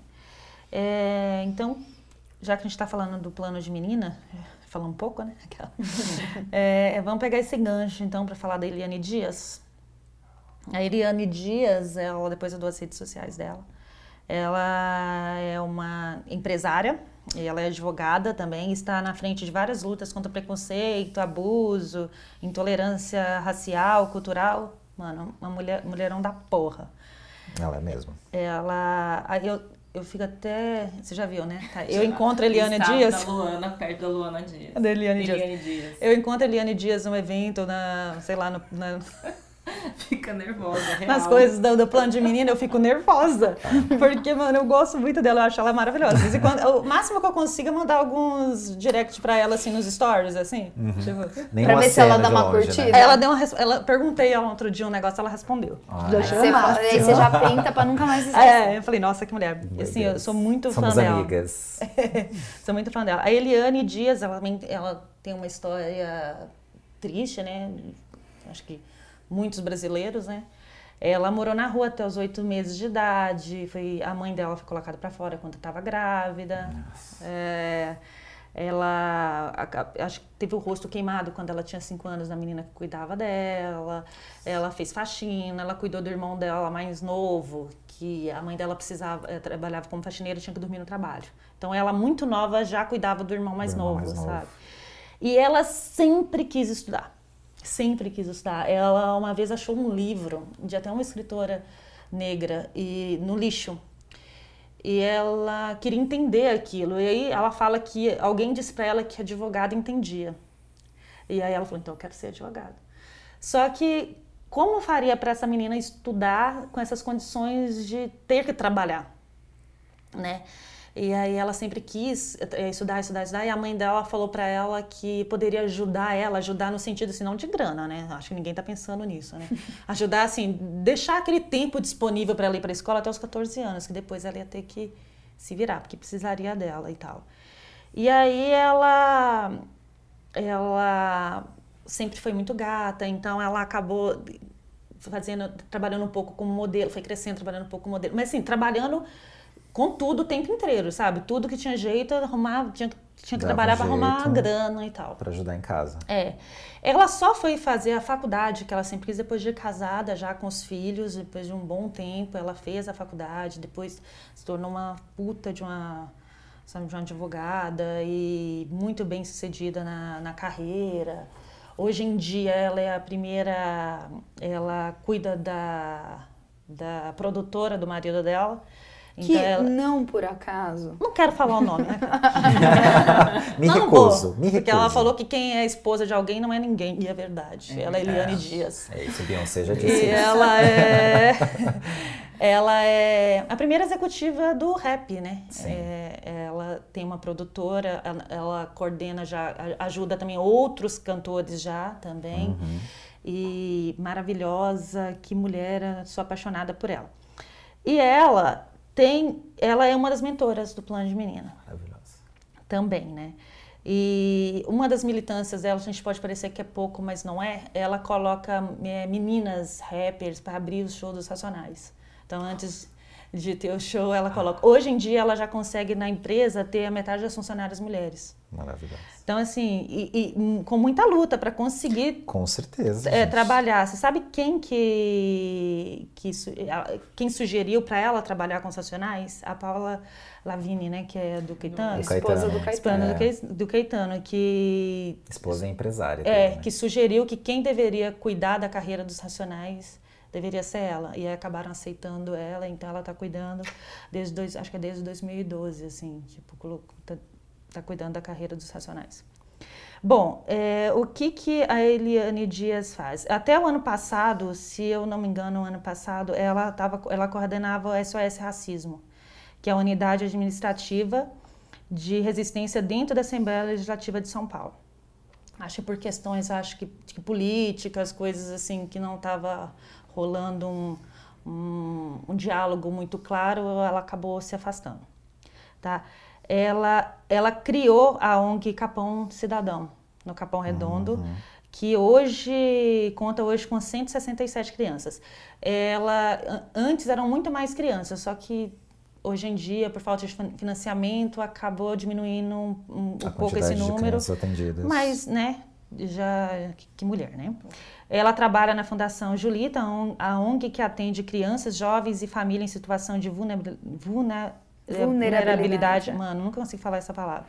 É, então, já que a gente está falando do plano de menina, falar um pouco, né? Aquela. É, vamos pegar esse gancho, então, para falar da Eliane Dias. A Eliane Dias, ela, depois eu dou as redes sociais dela, ela é uma empresária, e ela é advogada também, está na frente de várias lutas contra preconceito, abuso, intolerância racial, cultural. Mano, uma mulher, mulherão da porra. Ela é mesmo. Ela... aí Eu, eu fico até... Você já viu, né? Tá, eu encontro a Eliane Estado Dias... da Luana, perto da Luana Dias. Da Eliane Dias. Eliane Dias. Eu encontro a Eliane Dias num evento, na, sei lá, no, na, Fica nervosa, real. nas coisas do, do plano de menina, eu fico nervosa. Porque, mano, eu gosto muito dela, eu acho ela maravilhosa. De vez em quando, o máximo que eu consigo é mandar alguns direct pra ela, assim, nos stories, assim. Tipo, Nem Pra uma ver se ela cena dá de uma longe, curtida. Né? ela deu uma res- ela Perguntei ela outro dia um negócio, ela respondeu. Ah, Já é. achei Você o fala- máximo. aí você já penta pra nunca mais esquecer. É, eu falei, nossa, que mulher. Meu Assim, eu Deus. sou muito Somos fã dela. amigas. Sou muito fã dela. A Eliane Dias, ela, ela tem uma história triste, né? Acho que muitos brasileiros, né? Ela morou na rua até os oito meses de idade. Foi, a mãe dela foi colocada para fora quando estava grávida. É, ela aca- acho que teve o rosto queimado quando ela tinha cinco anos da menina que cuidava dela. Ela fez faxina, ela cuidou do irmão dela mais novo, que a mãe dela precisava, eh, trabalhava como faxineira e tinha que dormir no trabalho. Então ela, muito nova, já cuidava do irmão mais Do irmão novo, mais novo. sabe? E ela sempre quis estudar. Sempre quis estudar. Ela uma vez achou um livro de até uma escritora negra e no lixo. E ela queria entender aquilo. E aí ela fala que alguém disse para ela que advogada entendia. E aí ela falou, então eu quero ser advogada. Só que como faria para essa menina estudar com essas condições de ter que trabalhar, né? E aí ela sempre quis eh, estudar, estudar, estudar, e a mãe dela falou pra ela que poderia ajudar ela, ajudar no sentido assim, não de grana, né? Acho que ninguém tá pensando nisso, né? Ajudar assim, deixar aquele tempo disponível para ela ir pra escola até os catorze anos, que depois ela ia ter que se virar, porque precisaria dela e tal. E aí ela ela sempre foi muito gata, então ela acabou fazendo, trabalhando um pouco como modelo, foi crescendo, trabalhando um pouco como modelo, mas assim, trabalhando com tudo o tempo inteiro, sabe? Tudo que tinha jeito, arrumava, tinha, tinha que Dava trabalhar para jeito arrumar a grana e tal. Pra ajudar em casa. É. Ela só foi fazer a faculdade, que ela sempre quis, depois de casada, já com os filhos, depois de um bom tempo, ela fez a faculdade, depois se tornou uma puta de uma, sabe, de uma advogada e muito bem sucedida na, na carreira. Hoje em dia ela é a primeira, ela cuida da, da produtora do marido dela. Que então ela, não por acaso. não quero falar o nome, né? me não recuso, vou, me recuso. Porque ela falou que quem é esposa de alguém não é ninguém, e é verdade. É ela é Eliane é. Dias. É isso, Beyoncé já disse E isso. ela é, ela é a primeira executiva do rap, né? Sim. É, ela tem uma produtora, ela, ela coordena já, ajuda também outros cantores já também. Uhum. E maravilhosa, que mulher, sou apaixonada por ela. E ela tem, ela é uma das mentoras do Plano de Menina. Maravilhosa. Também, né? E uma das militâncias dela, a gente pode parecer que é pouco, mas não é, ela coloca é, meninas rappers para abrir os shows dos Racionais. Então, antes de ter o show, ela coloca... Hoje em dia, ela já consegue, na empresa, ter a metade das funcionárias mulheres. Maravilhosa. Então, assim, e, e com muita luta para conseguir Com certeza. é, gente. trabalhar. Você sabe quem que, que quem sugeriu para ela trabalhar com os Racionais? A Paula Lavigne, né, que é do Caetano. Do Esposa do Caetano. Caetano. Esposa É. do Cai- do Caetano, que Esposa é empresária. é, também, né? que sugeriu que quem deveria cuidar da carreira dos Racionais deveria ser ela. E aí acabaram aceitando ela, então ela está cuidando desde dois, acho que é desde dois mil e doze, assim, tipo, tá, tá cuidando da carreira dos Racionais. Bom, é, o que que a Eliane Dias faz? Até o ano passado, se eu não me engano, o ano passado, ela tava, ela coordenava o S O S Racismo, que é a unidade administrativa de resistência dentro da Assembleia Legislativa de São Paulo. Acho que por questões, acho que, que políticas, coisas assim, que não estava rolando um, um, um diálogo muito claro, ela acabou se afastando, tá? Ela, ela criou a O N G Capão Cidadão, no Capão Redondo, Uhum. que hoje conta hoje com cento e sessenta e sete crianças. Ela, antes eram muito mais crianças, só que hoje em dia, por falta de financiamento, acabou diminuindo um, um, um pouco esse número. De crianças atendidas. Mas, né, já... Que, que mulher, né? Ela trabalha na Fundação Julita, a O N G que atende crianças, jovens e família em situação de vulnerabil- vulna- vulnerabilidade. Mano, nunca consigo falar essa palavra.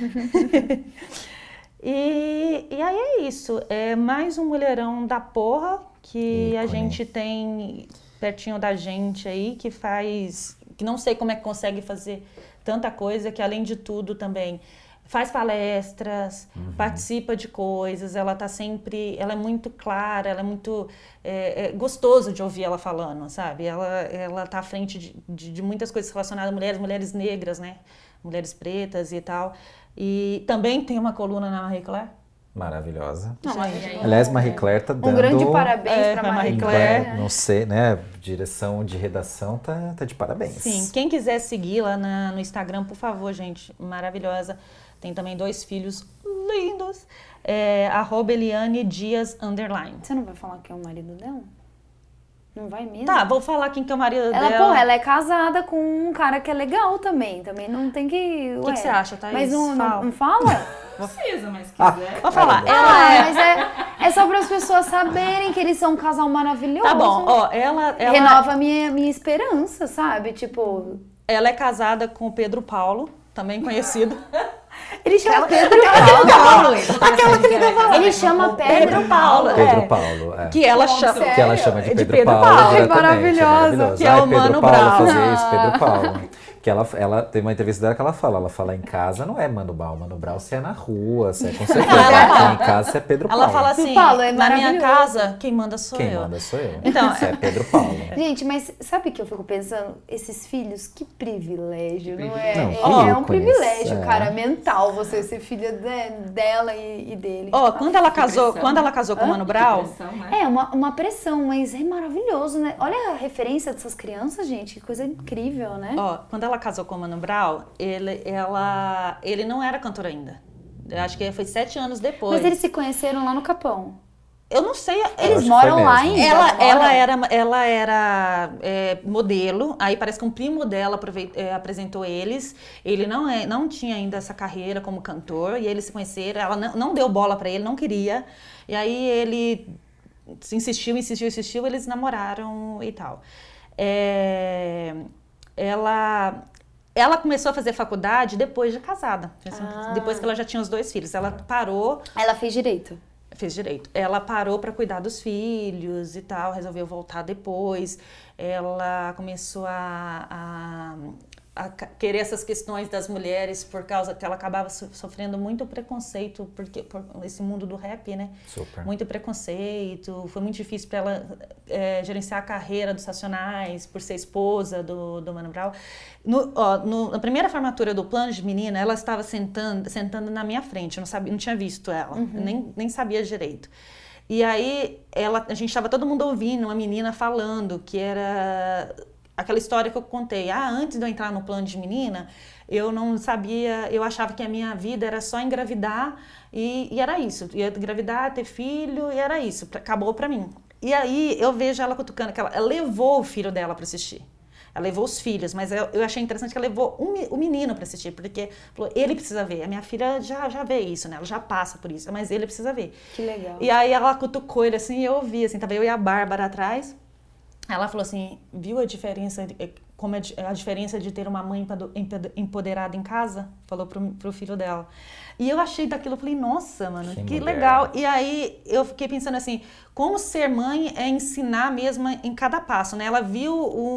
e, e aí é isso. É mais um mulherão da porra que a Ícone. gente tem pertinho da gente aí, que faz... que não sei como é que consegue fazer tanta coisa, que além de tudo também faz palestras, uhum. participa de coisas, ela tá sempre, ela é muito clara, ela é muito é, é gostoso de ouvir ela falando, sabe? Ela, ela tá à frente de, de, de muitas coisas relacionadas a mulheres, mulheres negras, né? Mulheres pretas e tal. E também tem uma coluna na Marie Claire. Maravilhosa. Não, mas- Aliás, Marie Claire tá dando... Um grande parabéns É, para pra Marie Marie Claire. Claire. Não sei, né? Direção de redação tá, tá de parabéns. Sim, quem quiser segui-la na- no Instagram, por favor, gente, maravilhosa. Tem também dois filhos lindos. É, arroba Eliane Dias underline. Você não vai falar que é o marido dela? Não vai mesmo? Tá, vou falar quem que é o marido Ela, dela. porra, ela é casada com um cara que é legal também. Também não tem que... O que, que você acha, Thaís? Mas não, Fala. não, não fala? Não precisa, mas se quiser. Vou falar. Ah, Ela é... mas é, é só para as pessoas saberem que eles são um casal maravilhoso. Tá bom, ó, ela... ela... Renova a minha, minha esperança, sabe? Tipo... Ela é casada com o Pedro Paulo, também conhecido. Ele chama Pedro Paulo. Ele chama Pedro Paulo. Pedro É. Paulo, é. Que ela Pô, chama... sério? Que ela chama de De Pedro, Pedro Paulo. Paulo. Ai, Exatamente, maravilhosa. maravilhoso. Que é Ai, o Pedro Mano Paulo Brown. fazia isso, Pedro Paulo. Que ela, ela tem uma entrevista dela que ela fala, ela fala em casa não é Mano Brown, Mano Brown você é na rua, você é com certeza. Ela Aqui fala- em casa você é Pedro Paulo. Ela fala assim, Paulo é na minha maravilhoso. casa, quem manda sou Quem eu. manda sou eu. Então, Você é Pedro Paulo. Gente, mas sabe o que eu fico pensando? Esses filhos, que privilégio, não é? Não, é, que é um ícones, privilégio, é. cara, mental você ser filha de- dela e, e dele. Ó, quando ela casou, pressão. quando ela casou com o Mano Brown, Pressão, né? É, uma, uma pressão, mas é maravilhoso, né? Olha a referência dessas crianças, gente, que coisa incrível, né? ó, quando ela casou com o Mano Brown, ele, ela, ele não era cantor ainda. Eu acho que foi sete anos depois. Mas eles se conheceram lá no Capão. Eu não sei. Eles moram lá ainda? Ela, Moram? ela era, ela era é, modelo, aí parece que um primo dela aproveit, é, apresentou eles. Ele não, é, não tinha ainda essa carreira como cantor, e eles se conheceram. Ela não, não deu bola pra ele, não queria. E aí ele insistiu, insistiu, insistiu, eles namoraram e tal. É, ela... Ela começou a fazer faculdade depois de casada, Ah. depois que ela já tinha os dois filhos. Ela parou... Ela fez direito. Fez direito. Ela parou para cuidar dos filhos e tal, resolveu voltar depois. Ela começou a, a, a querer essas questões das mulheres por causa que ela acabava so, sofrendo muito preconceito, porque por esse mundo do rap, né? Super. Muito preconceito. Foi muito difícil para ela é, gerenciar a carreira dos Racionais, por ser esposa do, do Mano Brown. No, ó, no, na primeira formatura do Plano de Menina, ela estava sentando, sentando na minha frente, eu não, sabia, não tinha visto ela, Uhum. nem, nem sabia direito. E aí, ela, a gente estava todo mundo ouvindo uma menina falando que era aquela história que eu contei. Ah, antes de eu entrar no Plano de Menina, eu não sabia, eu achava que a minha vida era só engravidar e, e era isso. Ia engravidar, ter filho e era isso, acabou pra mim. E aí, eu vejo ela cutucando, que ela, ela levou o filho dela para assistir. Ela levou os filhos, mas eu, eu achei interessante que ela levou um, o menino para assistir, porque falou, ele precisa ver. A minha filha já, já vê isso, né? Ela já passa por isso, mas ele precisa ver. Que legal. E aí ela cutucou ele assim, e eu ouvi, assim, tava eu e a Bárbara atrás. Ela falou assim, viu a diferença, como é a diferença de ter uma mãe empoderada em casa? Falou pro, pro filho dela. E eu achei daquilo, eu falei, nossa, mano, que, que legal. E aí eu fiquei pensando assim, como ser mãe é ensinar mesmo em cada passo, né? Ela viu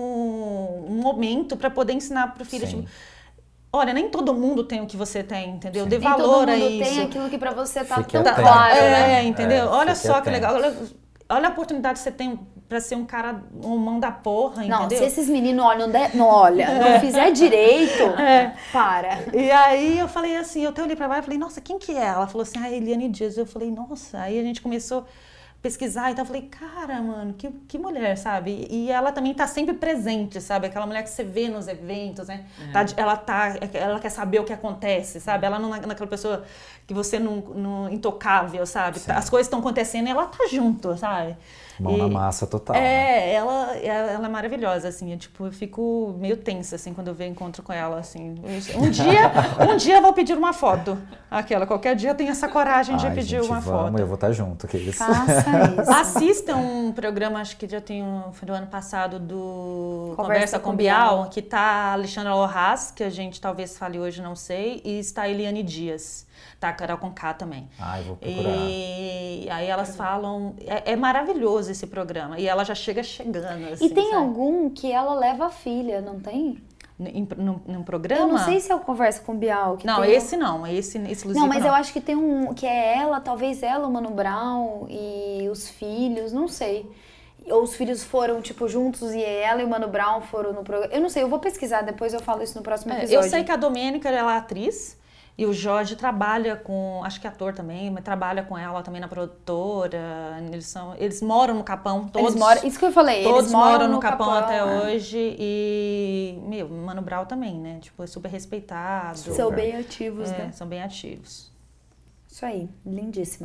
um, um momento para poder ensinar pro filho, tipo, olha, nem todo mundo tem o que você tem, entendeu? Dê valor a isso. Nem todo mundo tem aquilo que pra você tá Fique tão atento. claro, é, né? entendeu? É, olha fique só que atento. legal. Olha, olha a oportunidade que você tem pra ser um cara, um mão da porra, Não, entendeu? se esses meninos olham, não, não olha, não fizer direito, É. para. E aí eu falei assim, eu até olhei pra lá e falei, nossa, quem que é? Ela falou assim, ah, Eliane Dias. Eu falei, nossa. Aí a gente começou a pesquisar e tal. Eu falei, cara, mano, que, que mulher, sabe? E ela também tá sempre presente, sabe? Aquela mulher que você vê nos eventos, né? É. Tá, ela tá, ela quer saber o que acontece, sabe? Ela não é naquela pessoa que você não, não intocável, sabe? Sim. As coisas estão acontecendo e ela tá junto, sabe? Mão E- na massa total. né? É, ela, ela é maravilhosa, assim, eu, tipo, eu fico meio tensa, assim, quando eu vejo encontro com ela, assim. Um dia, um dia eu vou pedir uma foto, aquela, qualquer dia eu tenho essa coragem de Ai, pedir gente, uma vamos, foto. eu vou estar junto, que isso. Faça isso. Assistam um programa, acho que já tem um, foi do ano passado, do Conversa Conversa, com com Bial, que tá a Alexandra Lohas, que a gente talvez fale hoje, não sei, e está a Eliane Dias, tá a Carol Conká também. Ai, vou procurar. E aí elas falam, é, é maravilhoso esse programa, e ela já chega chegando, assim, E tem sabe? algum que ela leva a filha, não tem? Em- Num, num programa? Eu não sei se é o Conversa com o Bial. Que Não, tem- esse não, esse exclusivo Não, mas não. eu acho que tem um que é ela, talvez ela, o Mano Brown e os filhos, não sei. Ou os filhos foram, tipo, juntos e ela e o Mano Brown foram no programa. Eu não sei, eu vou pesquisar, depois eu falo isso no próximo É, episódio. eu sei que a Domênica, ela é atriz, e o Jorge trabalha com, acho que ator também, mas trabalha com ela também na produtora. Eles são, eles moram no Capão, todos. Eles moram, isso que eu falei, Todos eles moram, no, Capão, até é. hoje. E, meu, Mano Brown também, né? Tipo, é super respeitado. São bem ativos, É, né? são bem ativos. Isso aí, lindíssima.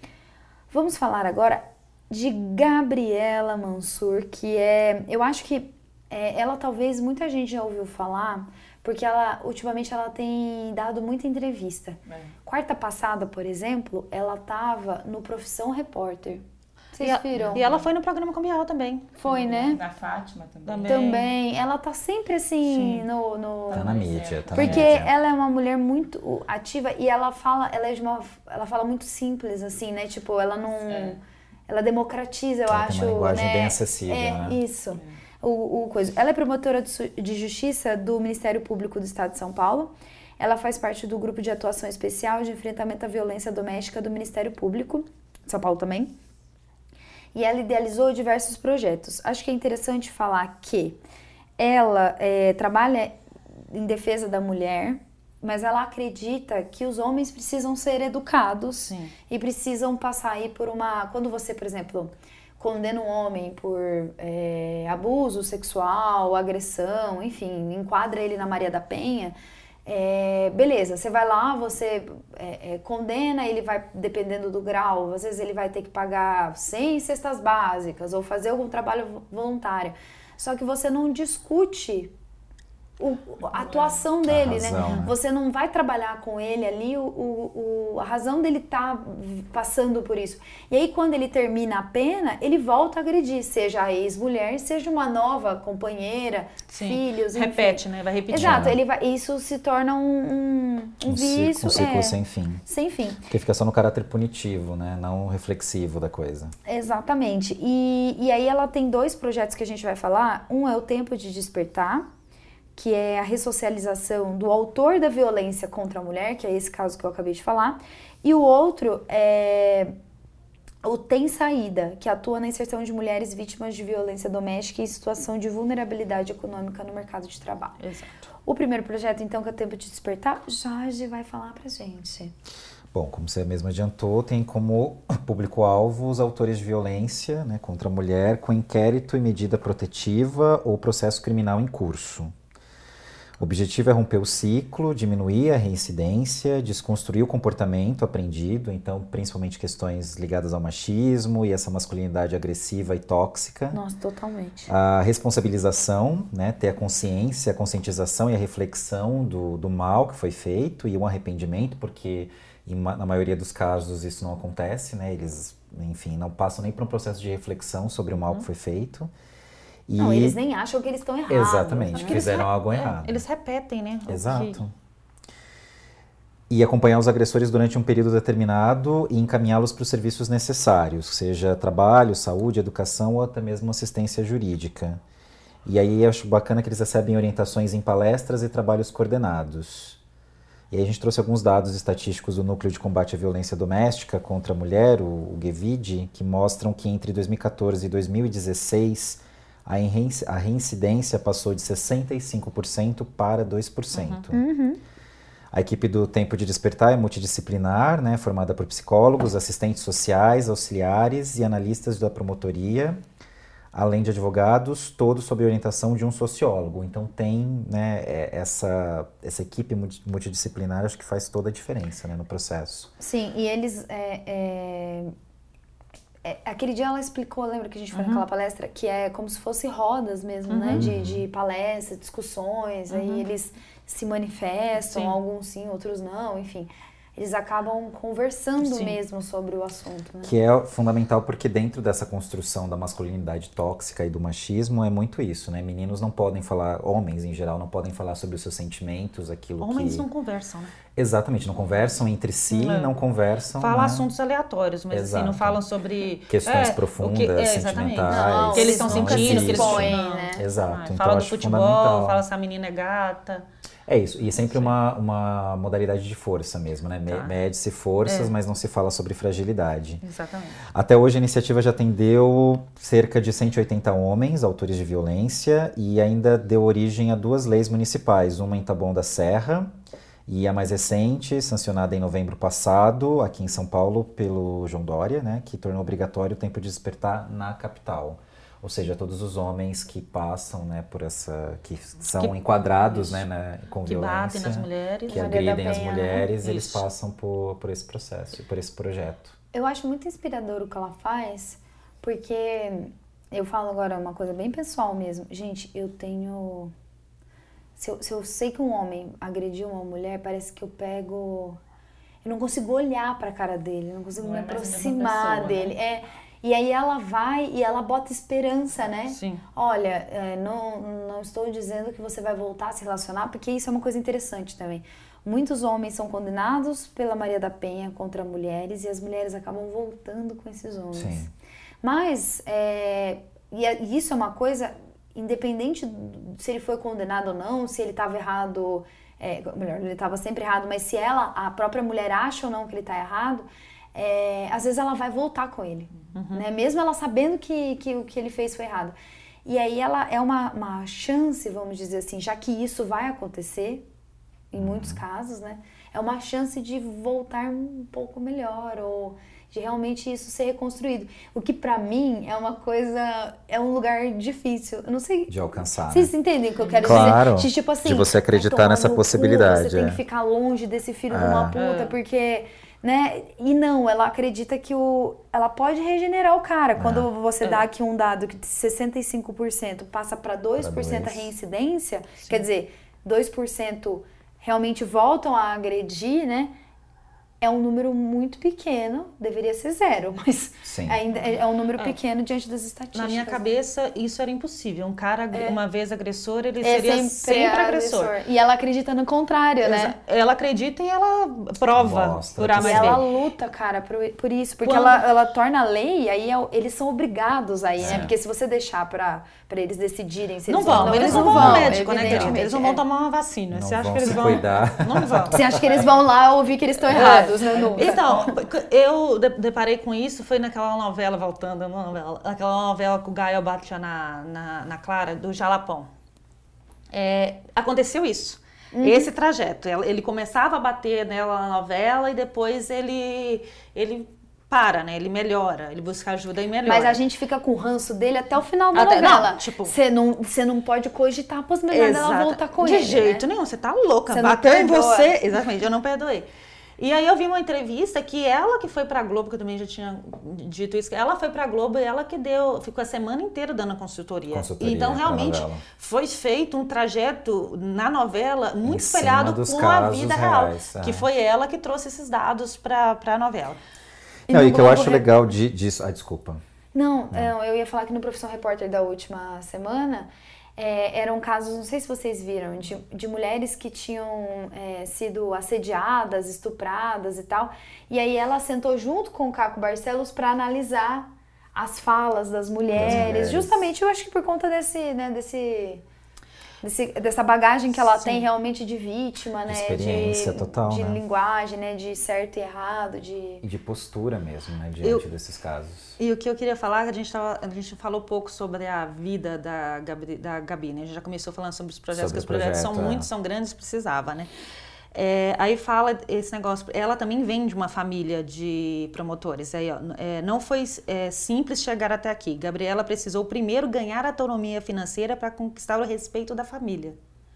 Vamos falar agora de Gabriela Mansur, que é, eu acho que é, ela talvez muita gente já ouviu falar, porque ela, ultimamente, ela tem dado muita entrevista. É. Quarta passada, por exemplo, ela tava no Profissão Repórter. Vocês e, a- viram? e ela foi no programa com Bial também. Foi, né? Da Fátima também. Também. Também. Ela tá sempre assim Sim. no... no... Tá na mídia, tá na Porque mídia. ela é uma mulher muito ativa e ela fala, ela é de uma, ela fala muito simples, assim, né? Tipo, ela não, É. ela democratiza, eu Ela acho, tem uma linguagem né? bem acessível, é, né? isso. O, o coisa. Ela é promotora de, su- de justiça do Ministério Público do Estado de São Paulo. Ela faz parte do grupo de atuação especial de enfrentamento à violência doméstica do Ministério Público de São Paulo também. E ela idealizou diversos projetos. Acho que é interessante falar que ela é, trabalha em defesa da mulher, mas ela acredita que os homens precisam ser educados Sim. e precisam passar aí por uma... Quando você, por exemplo, condena um homem por é, abuso sexual, agressão, enfim, enquadra ele na Maria da Penha, É, beleza, você vai lá, você é, é, condena, ele vai, dependendo do grau, às vezes ele vai ter que pagar cem cestas básicas ou fazer algum trabalho voluntário. Só que você não discute o, a atuação dele, a razão, né? né? Você não vai trabalhar com ele ali o, o, o, a razão dele tá passando por isso. E aí, quando ele termina a pena, ele volta a agredir, seja a ex-mulher, seja uma nova companheira, Sim. filhos, Repete, enfim. né? Vai repetindo. Exato, ele vai, isso se torna um, um, um, Um vício. ciclo, um ciclo é, sem fim. sem fim. Porque fica só no caráter punitivo, né? Não reflexivo da coisa. Exatamente. E, e aí ela tem dois projetos que a gente vai falar. Um é o Tempo de Despertar, que é a ressocialização do autor da violência contra a mulher, que é esse caso que eu acabei de falar. E o outro é o Tem Saída, que atua na inserção de mulheres vítimas de violência doméstica e situação de vulnerabilidade econômica no mercado de trabalho. Exato. O primeiro projeto, então, que é o Tempo de Despertar, Jorge vai falar pra gente. Bom, como você mesmo adiantou, tem como público-alvo os autores de violência, né, contra a mulher com inquérito e medida protetiva ou processo criminal em curso. O objetivo é romper o ciclo, diminuir a reincidência, desconstruir o comportamento aprendido, então principalmente questões ligadas ao machismo e essa masculinidade agressiva e tóxica. Nossa, totalmente. A responsabilização, né, ter a consciência, a conscientização e a reflexão do, do mal que foi feito e um arrependimento, porque em, na maioria dos casos isso não acontece, né, eles, enfim, não passam nem por um processo de reflexão sobre o mal que foi feito. E... Não, eles nem acham que eles estão errados. Exatamente, Né? fizeram algo é, errado. Eles repetem, né? Exato. E acompanhar os agressores durante um período determinado e encaminhá-los para os serviços necessários, seja trabalho, saúde, educação ou até mesmo assistência jurídica. E aí eu acho bacana que eles recebem orientações em palestras e trabalhos coordenados. E aí a gente trouxe alguns dados estatísticos do Núcleo de Combate à Violência Doméstica contra a Mulher, o, o GEVID, que mostram que entre dois mil e quatorze e dois mil e dezesseis a, reinc- a reincidência passou de sessenta e cinco por cento para dois por cento. Uhum. A equipe do Tempo de Despertar é multidisciplinar, né, formada por psicólogos, assistentes sociais, auxiliares e analistas da promotoria, além de advogados, todos sob a orientação de um sociólogo. Então tem, né, essa, essa equipe multidisciplinar, acho que faz toda a diferença, né, no processo. Sim, e eles... É, é... É, aquele dia ela explicou, lembra que a gente foi Uhum. naquela palestra, que é como se fosse rodas mesmo, Uhum. né? De, de palestras, discussões, Uhum. aí eles se manifestam, Sim. alguns sim, outros não, enfim. Eles acabam conversando Sim. mesmo sobre o assunto, né? Que é fundamental porque dentro dessa construção da masculinidade tóxica e do machismo é muito isso, né? Meninos não podem falar, homens em geral não podem falar sobre os seus sentimentos, aquilo Homens que... não conversam, né? Exatamente, não conversam entre si, Não. não conversam, Fala né? assuntos aleatórios, mas assim, não Exato. falam sobre... Questões é, profundas, o que, é, exatamente. sentimentais. Não, O que eles estão não sentindo, o que eles existe. expõem, não. né? Exato, Ah, então fala eu do acho futebol, fundamental. fala se a menina é gata. É isso, e sempre uma, uma modalidade de força mesmo, né? Me- Tá. Mede-se forças, É. mas não se fala sobre fragilidade. Exatamente. Até hoje a iniciativa já atendeu cerca de cento e oitenta homens, autores de violência, e ainda deu origem a duas leis municipais, uma em Taboão da Serra e a mais recente, sancionada em novembro passado, aqui em São Paulo, pelo João Dória, né? Que tornou obrigatório o tempo de despertar na capital. Ou seja, todos os homens que passam, né, por essa, que são Que- enquadrados, isso. né, na- com Que violência, batem nas mulheres. que Maria da agridem as Penha, né? mulheres, eles Isso. passam por, por esse processo, por esse projeto. Eu acho muito inspirador o que ela faz, porque eu falo agora uma coisa bem pessoal mesmo. Gente, eu tenho... Se eu, se eu sei que um homem agrediu uma mulher, parece que eu pego... Eu não consigo olhar pra cara dele, eu não consigo Não me é mais a mesma aproximar pessoa, dele. né? É, e aí ela vai e ela bota esperança, né? Sim. Olha, é, não, não estou dizendo que você vai voltar a se relacionar, porque isso é uma coisa interessante também. Muitos homens são condenados pela Maria da Penha contra mulheres e as mulheres acabam voltando com esses homens. Sim. Mas, é, e é- e isso é uma coisa, independente se ele foi condenado ou não, se ele estava errado, é, melhor, ele estava sempre errado, mas se ela, a própria mulher acha ou não que ele está errado, é, às vezes ela vai voltar com ele, né? Mesmo ela sabendo que, que o que ele fez foi errado. E aí ela é uma, uma chance, vamos dizer assim, já que isso vai acontecer, em muitos casos, né? É uma chance de voltar um pouco melhor ou de realmente isso ser reconstruído. O que pra mim é uma coisa, é um lugar difícil. Eu não sei. De alcançar, Vocês né? entendem o que eu quero Claro, dizer? De, tipo assim, de você acreditar vai tomar nessa no cu, possibilidade, você tem é. que ficar longe desse filho de uma puta, É. porque, né? E não, ela acredita que o, ela pode regenerar o cara. Quando você dá aqui um dado que de sessenta e cinco por cento passa para dois por cento a dois. reincidência, quer dizer, dois por cento realmente voltam a agredir, né? É um número muito pequeno, deveria ser zero, mas Sim. ainda é é um número É. pequeno diante das estatísticas. Na minha cabeça, isso era impossível. Um cara, uma vez agressor, ele É seria sempre, sempre, agressor. E ela acredita no contrário, né? Exa- Ela acredita e ela prova Mostra por A que E mais ela B. luta, cara, por, por isso. Porque Quando- ela, ela torna a lei, aí é o- eles são obrigados aí, né? É. Porque se você deixar pra, pra eles decidirem se Não eles vão, eles não vão ao médico, né, querido? evidentemente, Eles não vão é. tomar uma vacina. Não Você acha vão que eles se vão... cuidar. Não vão. Você acha que eles vão lá ouvir que eles estão errados, né? Nunca. Então, eu de- deparei com isso, foi naquela novela, voltando, uma novela, aquela novela que o Gael batia na, na, na Clara, do Jalapão. É, aconteceu isso, esse trajeto. Ela- Ele começava a bater nela na novela e depois ele, ele para, né? Ele melhora, ele busca ajuda e melhora. Mas a gente fica com o ranço dele até o final da Até- novela. não, tipo- Você não, você não pode cogitar a possibilidade dela Exato. voltar com De ele, jeito né? nenhum, você tá louca. Você não Bateu em perdoa. você. Exatamente, eu não perdoei. E aí eu vi uma entrevista que ela que foi pra Globo, que eu também já tinha dito isso, que ela foi pra Globo e ela que deu, ficou a semana inteira dando consultoria. Consultoria Então pra realmente novela. foi feito um trajeto na novela muito Em cima espelhado dos com a casos vida real. reais, é. Que foi ela que trouxe esses dados pra, pra novela. E Não, no e que eu Globo acho Re- legal de, disso... Ah, desculpa. Não, não, eu ia falar que no Profissão Repórter da última semana é, eram casos, não sei se vocês viram, de, de mulheres que tinham é, sido assediadas, estupradas e tal. E aí ela sentou junto com o Caco Barcelos para analisar as falas das mulheres, mulheres. Justamente, eu acho que por conta desse, né, desse... Desse- dessa bagagem que ela Sim. tem realmente de vítima, né? Experiência de, total, de né? linguagem, né? De certo e errado, de... E de postura mesmo, né? Diante Eu- desses casos. E o que eu queria falar, a gente, tava, a gente falou pouco sobre a vida da Gabi, da Gabi, né? A gente já começou falando sobre os projetos, Sobre que os projetos o projeto, são é. muitos, são grandes, precisava, né? É, aí fala esse negócio, ela também vem de uma família de promotores. Aí, ó, é, não foi é, simples chegar até aqui. Gabriela precisou primeiro ganhar autonomia financeira para conquistar o respeito da família.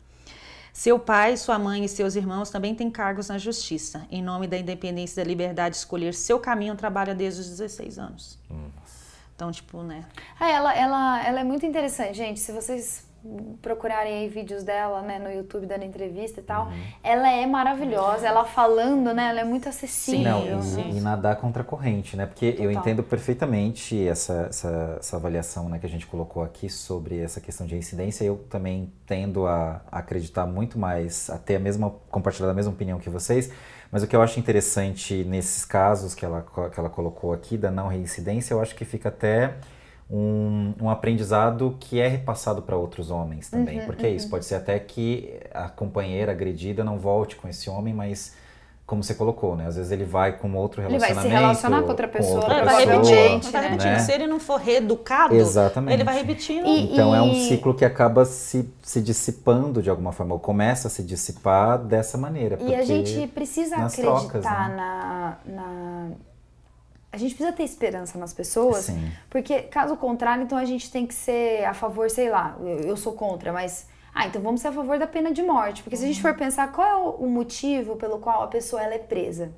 Seu pai, sua mãe e seus irmãos também têm cargos na justiça. Em nome da independência e da liberdade de escolher seu caminho, trabalha desde os dezesseis anos. Então, tipo, né? Ah, ela, ela, ela é muito interessante, gente. Se vocês procurarem aí vídeos dela, né, no YouTube dando entrevista e tal, ela é maravilhosa. Ela falando, né, ela é muito acessível. Não, né? e, e nadar contra a corrente, né? Porque eu Total. entendo perfeitamente essa, essa, essa avaliação, né, que a gente colocou aqui sobre essa questão de incidência. Eu também tendo a, a acreditar muito mais, a ter a mesma, compartilhar a mesma opinião que vocês. Mas o que eu acho interessante nesses casos que ela, que ela colocou aqui da não reincidência, eu acho que fica até um, um aprendizado que é repassado para outros homens também. Uhum, Porque é isso, pode ser até que a companheira agredida não volte com esse homem, mas como você colocou, né? Às vezes ele vai com outro Ele vai se relacionamento. relacionar com outra pessoa, outra Ele vai pessoa, repetindo, vai né? repetindo. né? Se ele não for reeducado, Exatamente. ele vai repetindo. E- Então é um E- ciclo que acaba se, se dissipando de alguma forma, ou começa a se dissipar dessa maneira. E a porque gente precisa nas acreditar trocas, né? na, na... A gente precisa ter esperança nas pessoas, Sim. porque caso contrário, então a gente tem que ser a favor, sei lá, eu, eu sou contra, mas... Ah, então vamos ser a favor da pena de morte. Porque se a gente for pensar qual é o, o motivo pelo qual a pessoa ela é presa.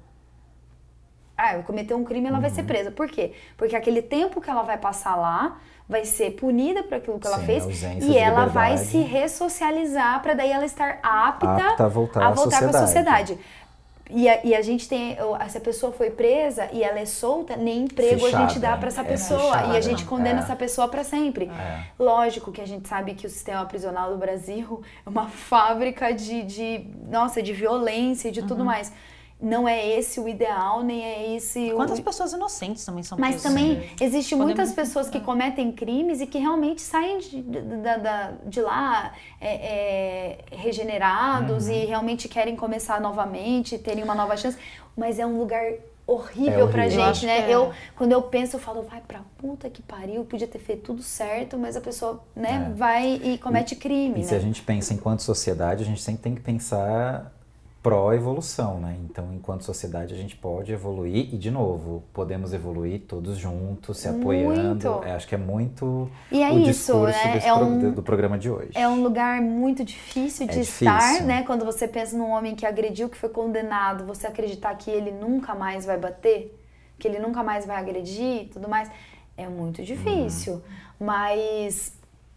Ah, ela cometeu um crime, ela vai ser presa. Por quê? Porque aquele tempo que ela vai passar lá vai ser punida por aquilo que ela Sim, fez ausência e de ela vai liberdade. se ressocializar para daí ela estar apta, Apta a voltar a à voltar com a sociedade. sociedade. E a, e a gente tem, se a pessoa foi presa e ela é solta, nem emprego a gente Fechada, dá para essa é, pessoa. fechada, E a gente condena é. essa pessoa para sempre. É. Lógico que a gente sabe que o sistema prisional do Brasil é uma fábrica de, de nossa, de violência e de tudo mais. Não é esse o ideal, nem é esse o... Quantas pessoas inocentes também são Mas presas? também existe Podemos- muitas pessoas que cometem crimes e que realmente saem de, de, da- da- de lá é, é, regenerados Uhum. e realmente querem começar novamente, terem uma nova chance. Mas é um lugar horrível, É horrível. pra Eu gente, acho né? que é. Eu, quando eu penso, eu falo, vai pra puta que pariu, podia ter feito tudo certo, mas a pessoa, né, É. vai e comete crime, E né? se a gente pensa enquanto sociedade, a gente sempre tem que pensar pró-evolução, né? Então, enquanto sociedade, a gente pode evoluir e, de novo, podemos evoluir todos juntos, se apoiando. É, acho que é muito e é o isso, discurso né? desse é pro, um, do programa de hoje. É um lugar muito difícil de é estar, difícil. né? Quando você pensa num homem que agrediu, que foi condenado, você acreditar que ele nunca mais vai bater, que ele nunca mais vai agredir e tudo mais, é muito difícil. Hum. Mas...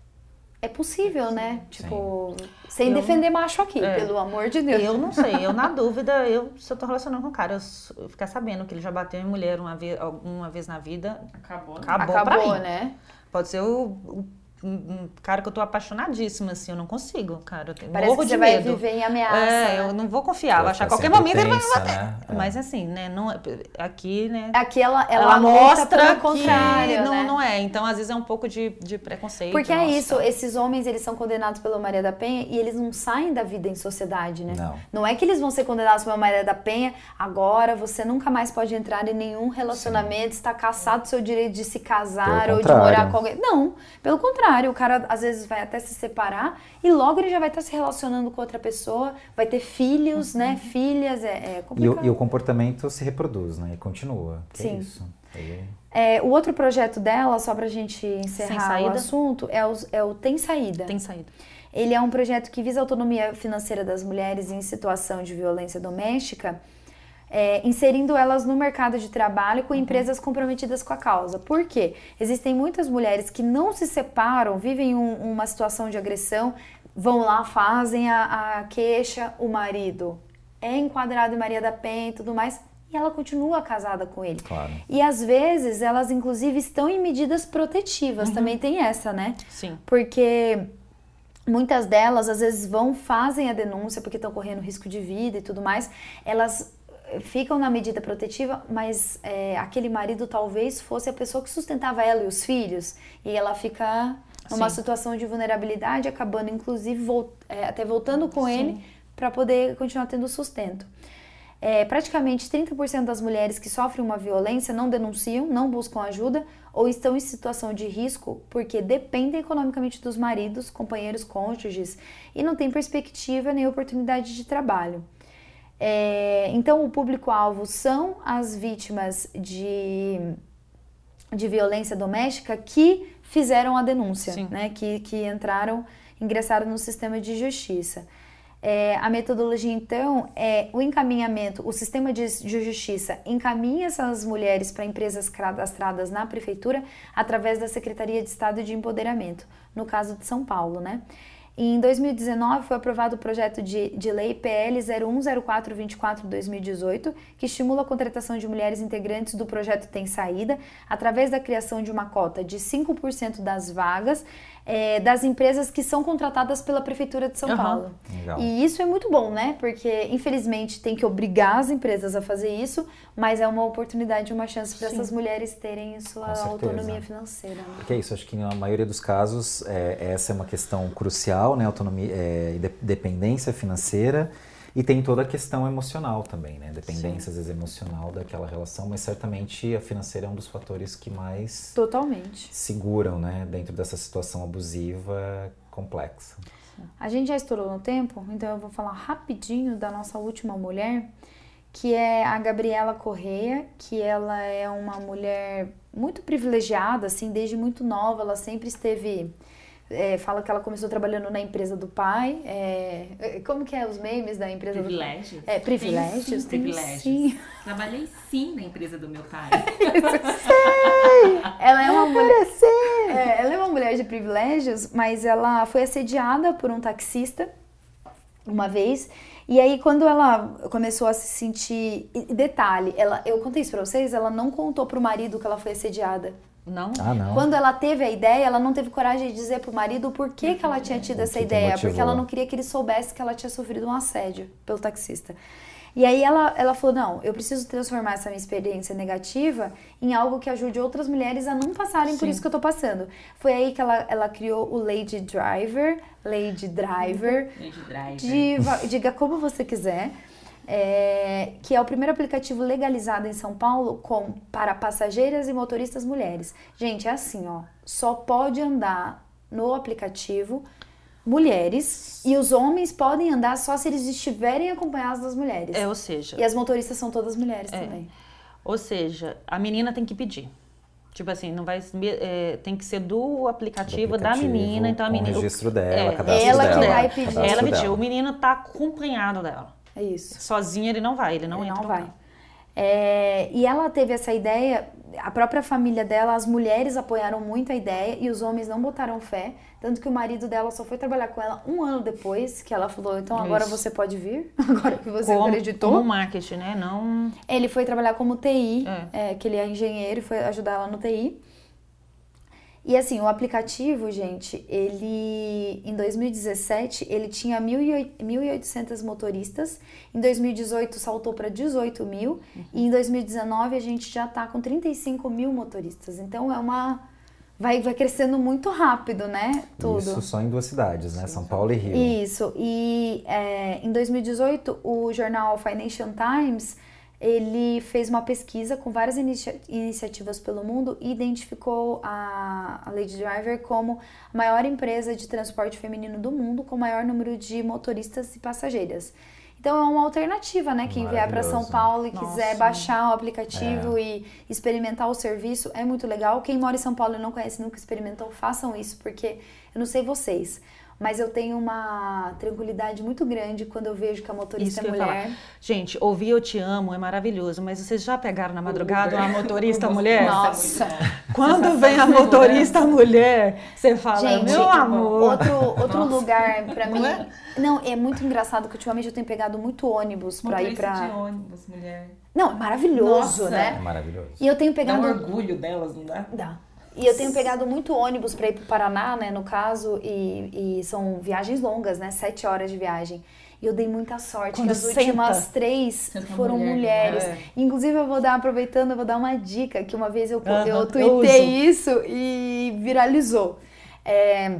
é possível, né? Tipo, sim. sem eu, defender macho aqui, é, pelo amor de Deus. Eu não sei, eu na dúvida, eu, se eu tô relacionando com o cara, eu, eu ficar sabendo que ele já bateu em mulher uma vez, uma vez na vida, acabou, acabou, acabou pra mim. Né? Pode ser o, o um cara que eu tô apaixonadíssima, assim, eu não consigo, cara, eu tenho Parece morro que de você medo. vai viver em ameaça. É, eu não vou confiar, Ela vou achar tá qualquer momento tensa, ele vai me bater. Né? É. Mas assim, né, não, aqui, né... Aqui ela, ela, ela mostra pelo contrário, que não, né? não é, então às vezes é um pouco de, de preconceito. Porque nossa. é isso, esses homens, eles são condenados pela Maria da Penha e eles não saem da vida em sociedade, né? Não. Não é que eles vão ser condenados pela Maria da Penha, agora você nunca mais pode entrar em nenhum relacionamento, está caçado do seu direito de se casar pelo ou contrário. de morar com alguém. Não, pelo contrário, o cara às vezes vai até se separar e logo ele já vai estar se relacionando com outra pessoa, vai ter filhos, uhum. né? Filhas, é, é complicado. E o, e o comportamento se reproduz, né? E continua. Que Sim. É isso. Aí... É, o outro projeto dela, só pra gente encerrar o assunto, é o, é o Tem Saída. Tem Saída. Ele é um projeto que visa a autonomia financeira das mulheres em situação de violência doméstica, É, inserindo elas no mercado de trabalho com uhum. empresas comprometidas com a causa. Por quê? Existem muitas mulheres que não se separam, vivem um, uma situação de agressão, vão lá, fazem a, a queixa, o marido é enquadrado em Maria da Penha e tudo mais, e ela continua casada com ele. Claro. E às vezes elas inclusive estão em medidas protetivas, uhum. também tem essa, né? Sim. Porque... muitas delas, às vezes, vão, fazem a denúncia porque estão correndo risco de vida e tudo mais, elas ficam na medida protetiva, mas é, aquele marido talvez fosse a pessoa que sustentava ela e os filhos, e ela fica numa Sim. situação de vulnerabilidade, acabando, inclusive, volt, é, até voltando com Sim. ele para poder continuar tendo sustento. É, praticamente trinta por cento das mulheres que sofrem uma violência não denunciam, não buscam ajuda ou estão em situação de risco porque dependem economicamente dos maridos, companheiros, cônjuges e não têm perspectiva nem oportunidade de trabalho. É, então, o público-alvo são as vítimas de, de violência doméstica que fizeram a denúncia, né? que, que entraram, ingressaram no sistema de justiça. É, a metodologia, então, é o encaminhamento, o sistema de, de justiça encaminha essas mulheres para empresas cadastradas na prefeitura através da Secretaria de Estado de Empoderamento, no caso de São Paulo, né? Em dois mil e dezenove foi aprovado o projeto de, de lei P L zero um zero quatro vinte e quatro barra dois mil e dezoito, que estimula a contratação de mulheres integrantes do projeto Tem Saída, através da criação de uma cota de cinco por cento das vagas é, das empresas que são contratadas pela Prefeitura de São uhum. Paulo. Legal. E isso é muito bom, né? Porque, infelizmente, tem que obrigar as empresas a fazer isso, mas é uma oportunidade, uma chance para essas mulheres terem sua autonomia financeira. Né? Porque é isso, acho que na maioria dos casos, é, essa é uma questão crucial, né? Autonomia, é, dependência financeira. E tem toda a questão emocional também, né? Dependência, às vezes, emocional daquela relação, mas certamente a financeira é um dos fatores que mais... Totalmente. Seguram, né? Dentro dessa situação abusiva complexa. A gente já estourou no tempo, então eu vou falar rapidinho da nossa última mulher, que é a Gabriela Correia, que ela é uma mulher muito privilegiada, assim, desde muito nova, ela sempre esteve... É, fala que ela começou trabalhando na empresa do pai. É, como que é os memes da empresa privilégios. do pai? É, privilégios. Tenho, sim, privilégios. Sim. Trabalhei sim na empresa do meu pai. Sei! Ela é uma mulher. É, ela é uma mulher de privilégios, mas ela foi assediada por um taxista uma vez. E aí, quando ela começou a se sentir... Detalhe, ela, eu contei isso pra vocês, ela não contou pro marido que ela foi assediada. Não? Ah, não. Quando ela teve a ideia, ela não teve coragem de dizer pro marido o porquê que ela tinha tido o essa que ideia, motivou. porque ela não queria que ele soubesse que ela tinha sofrido um assédio pelo taxista. E aí ela, ela falou, não, eu preciso transformar essa minha experiência negativa em algo que ajude outras mulheres a não passarem Sim. por isso que eu tô passando. Foi aí que ela, ela criou o Lady Driver, Lady Driver, Lady Driver. Diva, diga como você quiser. É, que é o primeiro aplicativo legalizado em São Paulo com, para passageiras e motoristas mulheres. Gente, é assim, ó, só pode andar no aplicativo mulheres e os homens podem andar só se eles estiverem acompanhados das mulheres. É, ou seja... E as motoristas são todas mulheres é, também. Ou seja, a menina tem que pedir. Tipo assim, não vai, é, tem que ser do aplicativo, Do aplicativo, da menina. Então a com menina, o registro dela, é, cadastro ela que dela. vai pedir. cadastro ela dela. pediu. O menino tá acompanhado dela. É isso. Sozinho ele não vai, ele não Ele entra não no vai. carro. É, e ela teve essa ideia, a própria família dela, as mulheres apoiaram muito a ideia e os homens não botaram fé. Tanto que o marido dela só foi trabalhar com ela um ano depois, que ela falou, então agora Isso. você pode vir, agora que você Como, acreditou. como marketing, né? Não... Ele foi trabalhar como T I, É. é, que ele é engenheiro e foi ajudar ela no T I. E assim, o aplicativo, gente, ele em dois mil e dezessete ele tinha mil e oitocentos motoristas, em dois mil e dezoito saltou para dezoito mil uhum. e em dois mil e dezenove a gente já tá com trinta e cinco mil motoristas. Então é uma... Vai, vai crescendo muito rápido, né? Tudo. Isso só em duas cidades, né? São Paulo e Rio. Isso. E é, em dois mil e dezoito o jornal Financial Times ele fez uma pesquisa com várias inicia- iniciativas pelo mundo e identificou a, a Lady Driver como a maior empresa de transporte feminino do mundo, com o maior número de motoristas e passageiras. Então é uma alternativa, né? Quem vier para São Paulo e Nossa. quiser baixar o aplicativo É. e experimentar o serviço, é muito legal. Quem mora em São Paulo e não conhece, nunca experimentou, façam isso, porque eu não sei vocês, mas eu tenho uma tranquilidade muito grande quando eu vejo que a motorista Isso é que eu ia mulher. falar. Gente, ouvir Eu Te Amo é maravilhoso, mas vocês já pegaram na madrugada Uber. uma motorista mulher? Nossa. Quando vem a motorista mulher, você fala, Gente, meu amor. outro, outro Nossa. lugar pra mim... Não é? Não, é muito engraçado que ultimamente eu tenho pegado muito ônibus pra ir Motorista pra... de ônibus, mulher. Não, é maravilhoso, Nossa. né? É maravilhoso. E eu tenho Dá um pegado... orgulho delas, não dá? Dá. E eu tenho pegado muito ônibus pra ir pro Paraná, né, no caso, e, e são viagens longas, né, sete horas de viagem. E eu dei muita sorte, Quando que as senta. últimas três Senta foram mulher, mulheres. é. Inclusive, eu vou dar, aproveitando, eu vou dar uma dica, que uma vez eu, Aham, eu eu tuitei isso e viralizou. É,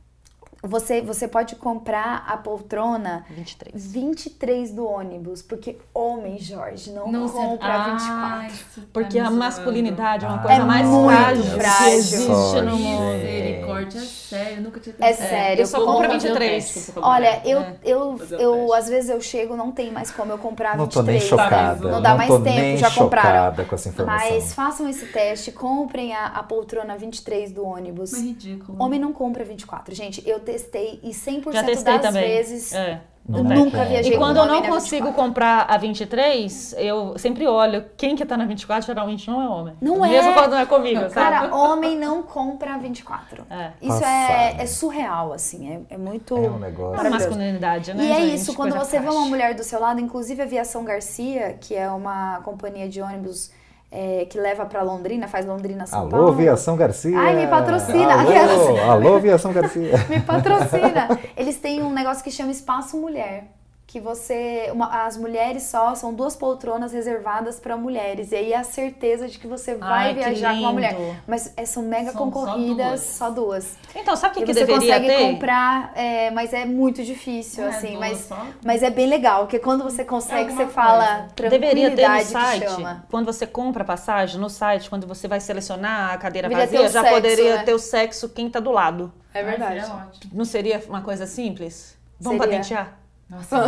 você, você pode comprar a poltrona vinte e três. vinte e três do ônibus, porque homem, Jorge, não, Não compra sei- vinte e quatro. Ai, você tá Porque a me masculinidade é uma Ah, coisa é mais muito frágil, frágil. que existe Só, no mundo. gente. Misericórdia, é sério, eu nunca tinha É pensado. sério, Eu só eu compro vou vinte e fazer o três. teste, que eu vou comprar. Olha, eu, É. eu, Fazer o eu teste. às vezes eu chego, não tem mais como eu comprar Não vinte e tô nem três. chocada. Não dá não mais tô tempo, nem já compraram. chocada com essa informação. Mas façam esse teste, comprem a, a poltrona vinte e três do ônibus. É ridículo. Homem não compra vinte e quatro. Gente, eu testei e cem por cento Já testei das também. vezes É, eu não tem. nunca viajei E com quando eu homem não na consigo vinte e quatro. comprar a vinte e três, eu sempre olho quem que tá na vinte e quatro, geralmente não é homem. Não é. Mesmo quando não é comigo, sabe? Cara, homem não compra vinte e quatro. É. Isso é, é surreal, assim. É, é muito... É um negócio. A masculinidade, né, E é gente? isso, quando Coisa você vê frágil. uma mulher do seu lado, inclusive a Aviação Garcia, que é uma companhia de ônibus é, que leva pra Londrina, faz Londrina São Alô, Paulo. Viação Garcia! Ai, me patrocina. Alô, alô, Viação Garcia! Me patrocina. Eles têm um negócio que chama Espaço Mulher. Que você, uma- as mulheres só, são duas poltronas reservadas para mulheres. E aí é a certeza de que você vai Ai, que viajar com uma mulher. lindo. Mas é, são mega São só concorridas, duas. só duas. Então, sabe o que, E que você deveria consegue ter? comprar, é, mas é muito difícil, É, assim. duas Mas, só. mas é bem legal, porque quando você consegue, alguma você fala coisa. Deveria ter no tranquilidade site, que chama. quando você compra a passagem, no site, quando você vai selecionar a cadeira Deveria ter vazia, o já sexo, poderia né? ter o sexo quem tá do lado. É Ai, verdade. seria ótimo. Não seria uma coisa simples? Vamos Seria. patentear? Nossa,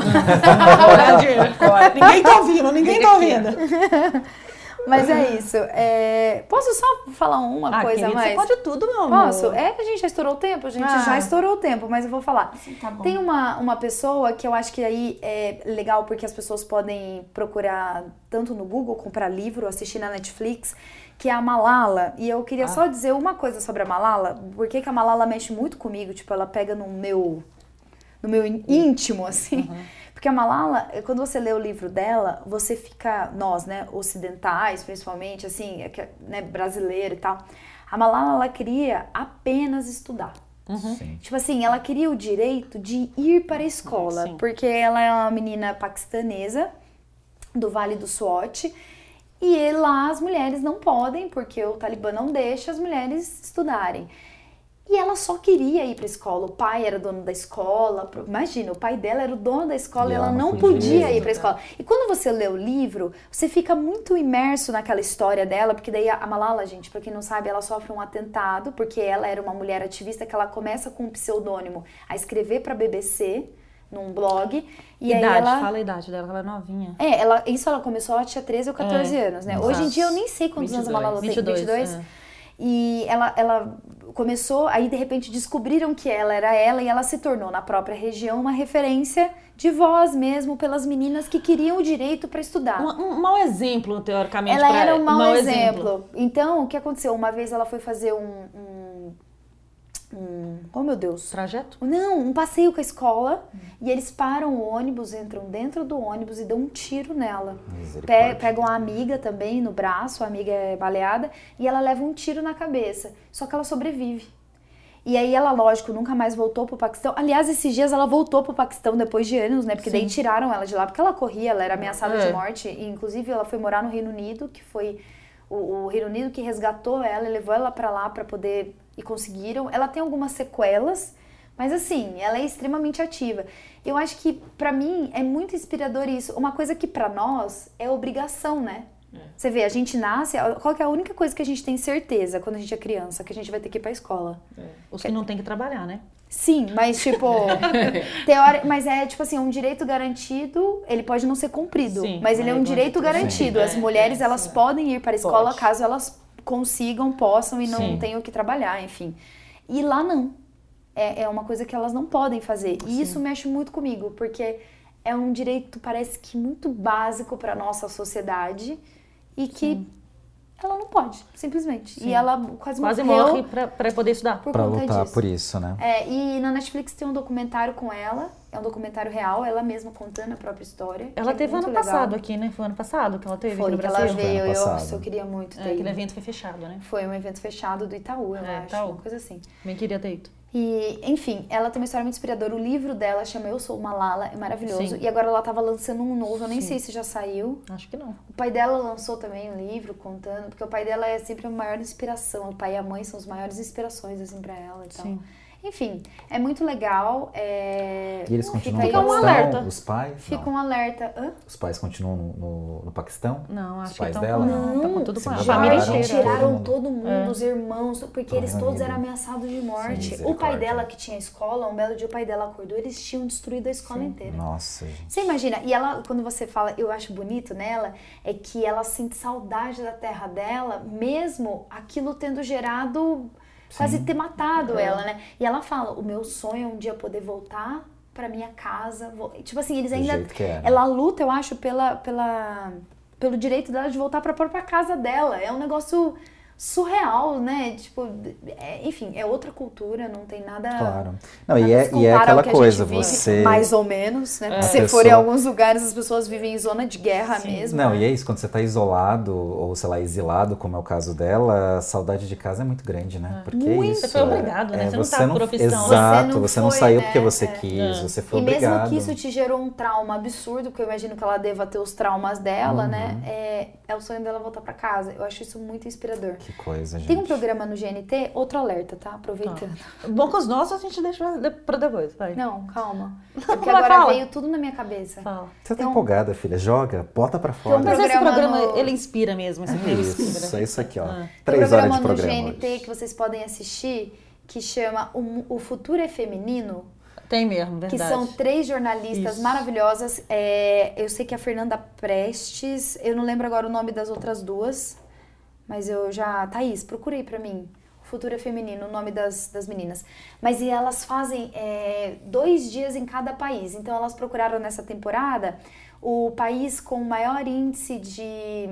Ninguém tá ouvindo, ninguém tá ouvindo. Mas é isso. É, posso só falar uma Ah, coisa a querida, mais? você pode tudo, meu amor. Posso? É que a gente já estourou o tempo, a gente Ah. já estourou o tempo, mas eu vou falar. tá bom. Tem uma, uma pessoa que eu acho que aí é legal porque as pessoas podem procurar tanto no Google, comprar livro, assistir na Netflix, que é a Malala. E eu queria Ah. só dizer uma coisa sobre a Malala, porque que a Malala mexe muito comigo, tipo, ela pega no meu, no meu íntimo, assim. Porque a Malala, quando você lê o livro dela, você fica, nós, né, ocidentais, principalmente, assim, é que, né, brasileiro e tal. A Malala, ela queria apenas estudar. Sim. Tipo assim, ela queria o direito de ir para a escola, Sim. porque ela é uma menina paquistanesa do Vale do Swat, e lá as mulheres não podem, porque o Talibã não deixa as mulheres estudarem. E ela só queria ir pra escola. O pai era dono da escola. Imagina, o pai dela era o dono da escola e, e ela, ela não podia, podia ir pra escola. E quando você lê o livro, você fica muito imerso naquela história dela, porque daí a Malala, gente, pra quem não sabe, ela sofre um atentado, porque ela era uma mulher ativista que ela começa com um pseudônimo a escrever pra B B C, num blog. E idade, aí ela... fala a idade dela, ela é novinha. É, ela, isso ela começou, ela tinha treze ou quatorze é, anos, né? Hoje em dia eu nem sei quantos vinte e dois, anos a Malala tem, vinte e dois, vinte e dois? É. E ela, ela começou, aí de repente descobriram que ela era ela e ela se tornou na própria região uma referência de voz mesmo pelas meninas que queriam o direito para estudar. Um, um mau exemplo, teoricamente. Ela pra, era um mau, mau exemplo. exemplo. Então, o que aconteceu? Uma vez ela foi fazer um... um, um oh, meu Deus. Trajeto? Não, um passeio com a escola hum. e eles param o ônibus, entram dentro do ônibus e dão um tiro nela. Pe pegam a amiga também no braço, a amiga é baleada, e ela leva um tiro na cabeça. Só que ela sobrevive. E aí ela, lógico, nunca mais voltou pro Paquistão. Aliás, esses dias ela voltou pro Paquistão depois de anos, né? Porque Sim. daí tiraram ela de lá, porque ela corria, ela era ameaçada é. de morte. E, inclusive, ela foi morar no Reino Unido, que foi o, o Reino Unido que resgatou ela e levou ela pra lá pra poder... E conseguiram. Ela tem algumas sequelas, mas assim, ela é extremamente ativa. Eu acho que, pra mim, é muito inspirador isso. Uma coisa que pra nós é obrigação, né? É. Você vê, a gente nasce... Qual que é a única coisa que a gente tem certeza quando a gente é criança? Que a gente vai ter que ir pra escola. É. Os que não tem que trabalhar, né? Sim, mas tipo... teori... Mas é tipo assim, um direito garantido, ele pode não ser cumprido. Sim, mas ele é um direito garantido. Sim. As mulheres, é, elas é. podem ir para a escola pode. caso elas... consigam, possam e não Sim. tenham que trabalhar, enfim. E lá não. É, é uma coisa que elas não podem fazer. E Sim. isso mexe muito comigo, porque é um direito, parece que muito básico para nossa sociedade e que Sim. ela não pode, simplesmente. Sim. E ela quase, quase morreu morre para poder estudar. Para lutar disso. por isso, né? É, e na Netflix tem um documentário com ela, é um documentário real, ela mesma contando a própria história. Ela teve é ano legal. passado aqui, né? Foi ano passado que ela teve foi, aqui no que Brasil. Ela veio, eu, passado. eu queria muito ter é, Aquele evento foi fechado, né? Foi um evento fechado do Itaú, eu é, acho, Itaú. uma coisa assim. Bem queria ter ido. E, enfim, ela tem uma história muito inspiradora. O livro dela chama Eu Sou Malala, é maravilhoso. Sim. E agora ela tava lançando um novo, eu nem Sim. sei se já saiu. Acho que não. O pai dela lançou também um livro contando, porque o pai dela é sempre a maior inspiração. O pai e a mãe são as maiores inspirações, assim, pra ela e tal. Sim. Enfim, é muito legal. É... E eles continuam fica no um Paquistão? alerta. Os pais? Fica não. um alerta. Hã? Os pais continuam no, no, no Paquistão? Não, acho os pais que dela? Não, tá com tudo com ela. A família inteira. Tiraram todo mundo, é. os irmãos, porque eles todos eram ameaçados de morte. Sim, o pai dela, que tinha escola, um belo dia o pai dela acordou, eles tinham destruído a escola Sim. inteira. Nossa, gente. Você imagina, e ela, quando você fala, eu acho bonito nela, é que ela sente saudade da terra dela, mesmo aquilo tendo gerado... quase ter matado é. ela, né? E ela fala, o meu sonho é um dia poder voltar pra minha casa. Tipo assim, eles ainda... É, né? Ela luta, eu acho, pela, pela, pelo direito dela de voltar pra própria casa dela. É um negócio surreal, né? Tipo, é, enfim, é outra cultura, não tem nada... Claro. Não, e, é, e é aquela coisa, vive, você... mais ou menos, né? É. Se pessoa... for em alguns lugares, as pessoas vivem em zona de guerra Sim. mesmo. Não, né? e é isso, quando você tá isolado, ou sei lá, exilado, como é o caso dela, a saudade de casa é muito grande, né? Porque muito. isso... Você foi obrigado, né? É, você não você tá não, por opção. Exato, você não, você não foi, saiu né? porque você é. quis, É. você foi e obrigado. mesmo que isso te gerou um trauma absurdo, porque eu imagino que ela deva ter os traumas dela, uhum. né? É, é o sonho dela voltar pra casa. Eu acho isso muito inspirador. Que coisa, gente. Tem um programa no G N T, outro alerta, tá? Aproveitando. Ah. Bom que os nossos a gente deixa pra depois, vai. Não, calma. Porque Vai, agora fala. veio tudo na minha cabeça. Fala. Você tá Então- empolgada, filha? Joga, bota pra fora. um Mas esse programa programa, no- ele inspira mesmo. Esse programa Isso, inspira. é isso aqui, ó. Ah. Tem um Três programa horas de no programa G N T hoje. que vocês podem assistir, que chama O, o Futuro é Feminino, Tem mesmo, que verdade. são três jornalistas Isso. maravilhosas. É, eu sei que a Fernanda Prestes, eu não lembro agora o nome das outras duas, mas eu já... Thaís, procurei pra mim. O Futuro é Feminino, o nome das, das meninas. Mas e elas fazem é, dois dias em cada país. Então elas procuraram nessa temporada o país com o maior índice de,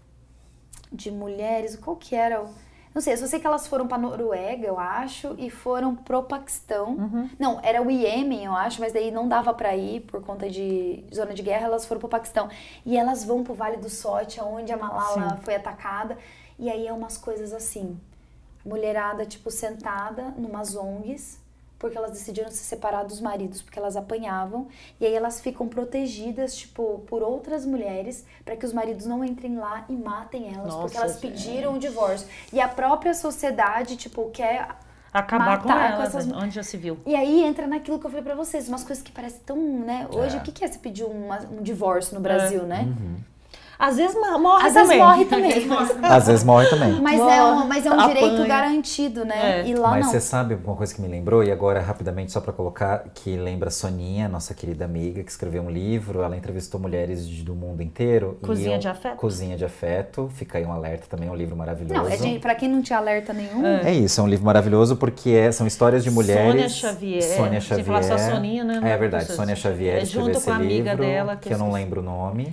de mulheres. Qual que era o... Não sei, eu só sei que elas foram pra Noruega, eu acho, e foram pro Paquistão. Uhum. Não, era o Iêmen, eu acho, mas daí não dava pra ir por conta de zona de guerra, elas foram pro Paquistão. E elas vão pro Vale do Sote, onde a Malala Sim. foi atacada. E aí é umas coisas assim, mulherada, tipo, sentada numas O N Gs, porque elas decidiram se separar dos maridos, porque elas apanhavam. E aí elas ficam protegidas, tipo, por outras mulheres, para que os maridos não entrem lá e matem elas, Nossa, porque elas gente. pediram o divórcio. E a própria sociedade, tipo, quer Acabar com matar ela, com essas... onde já se viu. E aí entra naquilo que eu falei pra vocês, umas coisas que parecem tão, né? Hoje, É. o que que é você pedir uma- um divórcio no Brasil, né? Uhum. Às vezes ma- morre Às vezes também. morre também. Às vezes morre também. Mas, Morre, é um, mas é um direito apanha. garantido, né? É. E lá Mas não. você sabe uma coisa que me lembrou, e agora rapidamente só pra colocar, que lembra a Soninha, nossa querida amiga, que escreveu um livro, ela entrevistou mulheres de- do mundo inteiro. e Cozinha eu- de Afeto. Cozinha de Afeto, fica aí um alerta também, é um livro maravilhoso. Não, é, gente, pra quem não tinha alerta nenhum, É isso, é um livro maravilhoso porque é- são histórias de mulheres. Sônia Xavier. Sônia Sem Xavier. falar só Soninha, né? É verdade, Poxa, Sônia Xavier é escreveu junto esse com a amiga livro, dela, que, que eu não esqueci. lembro o nome.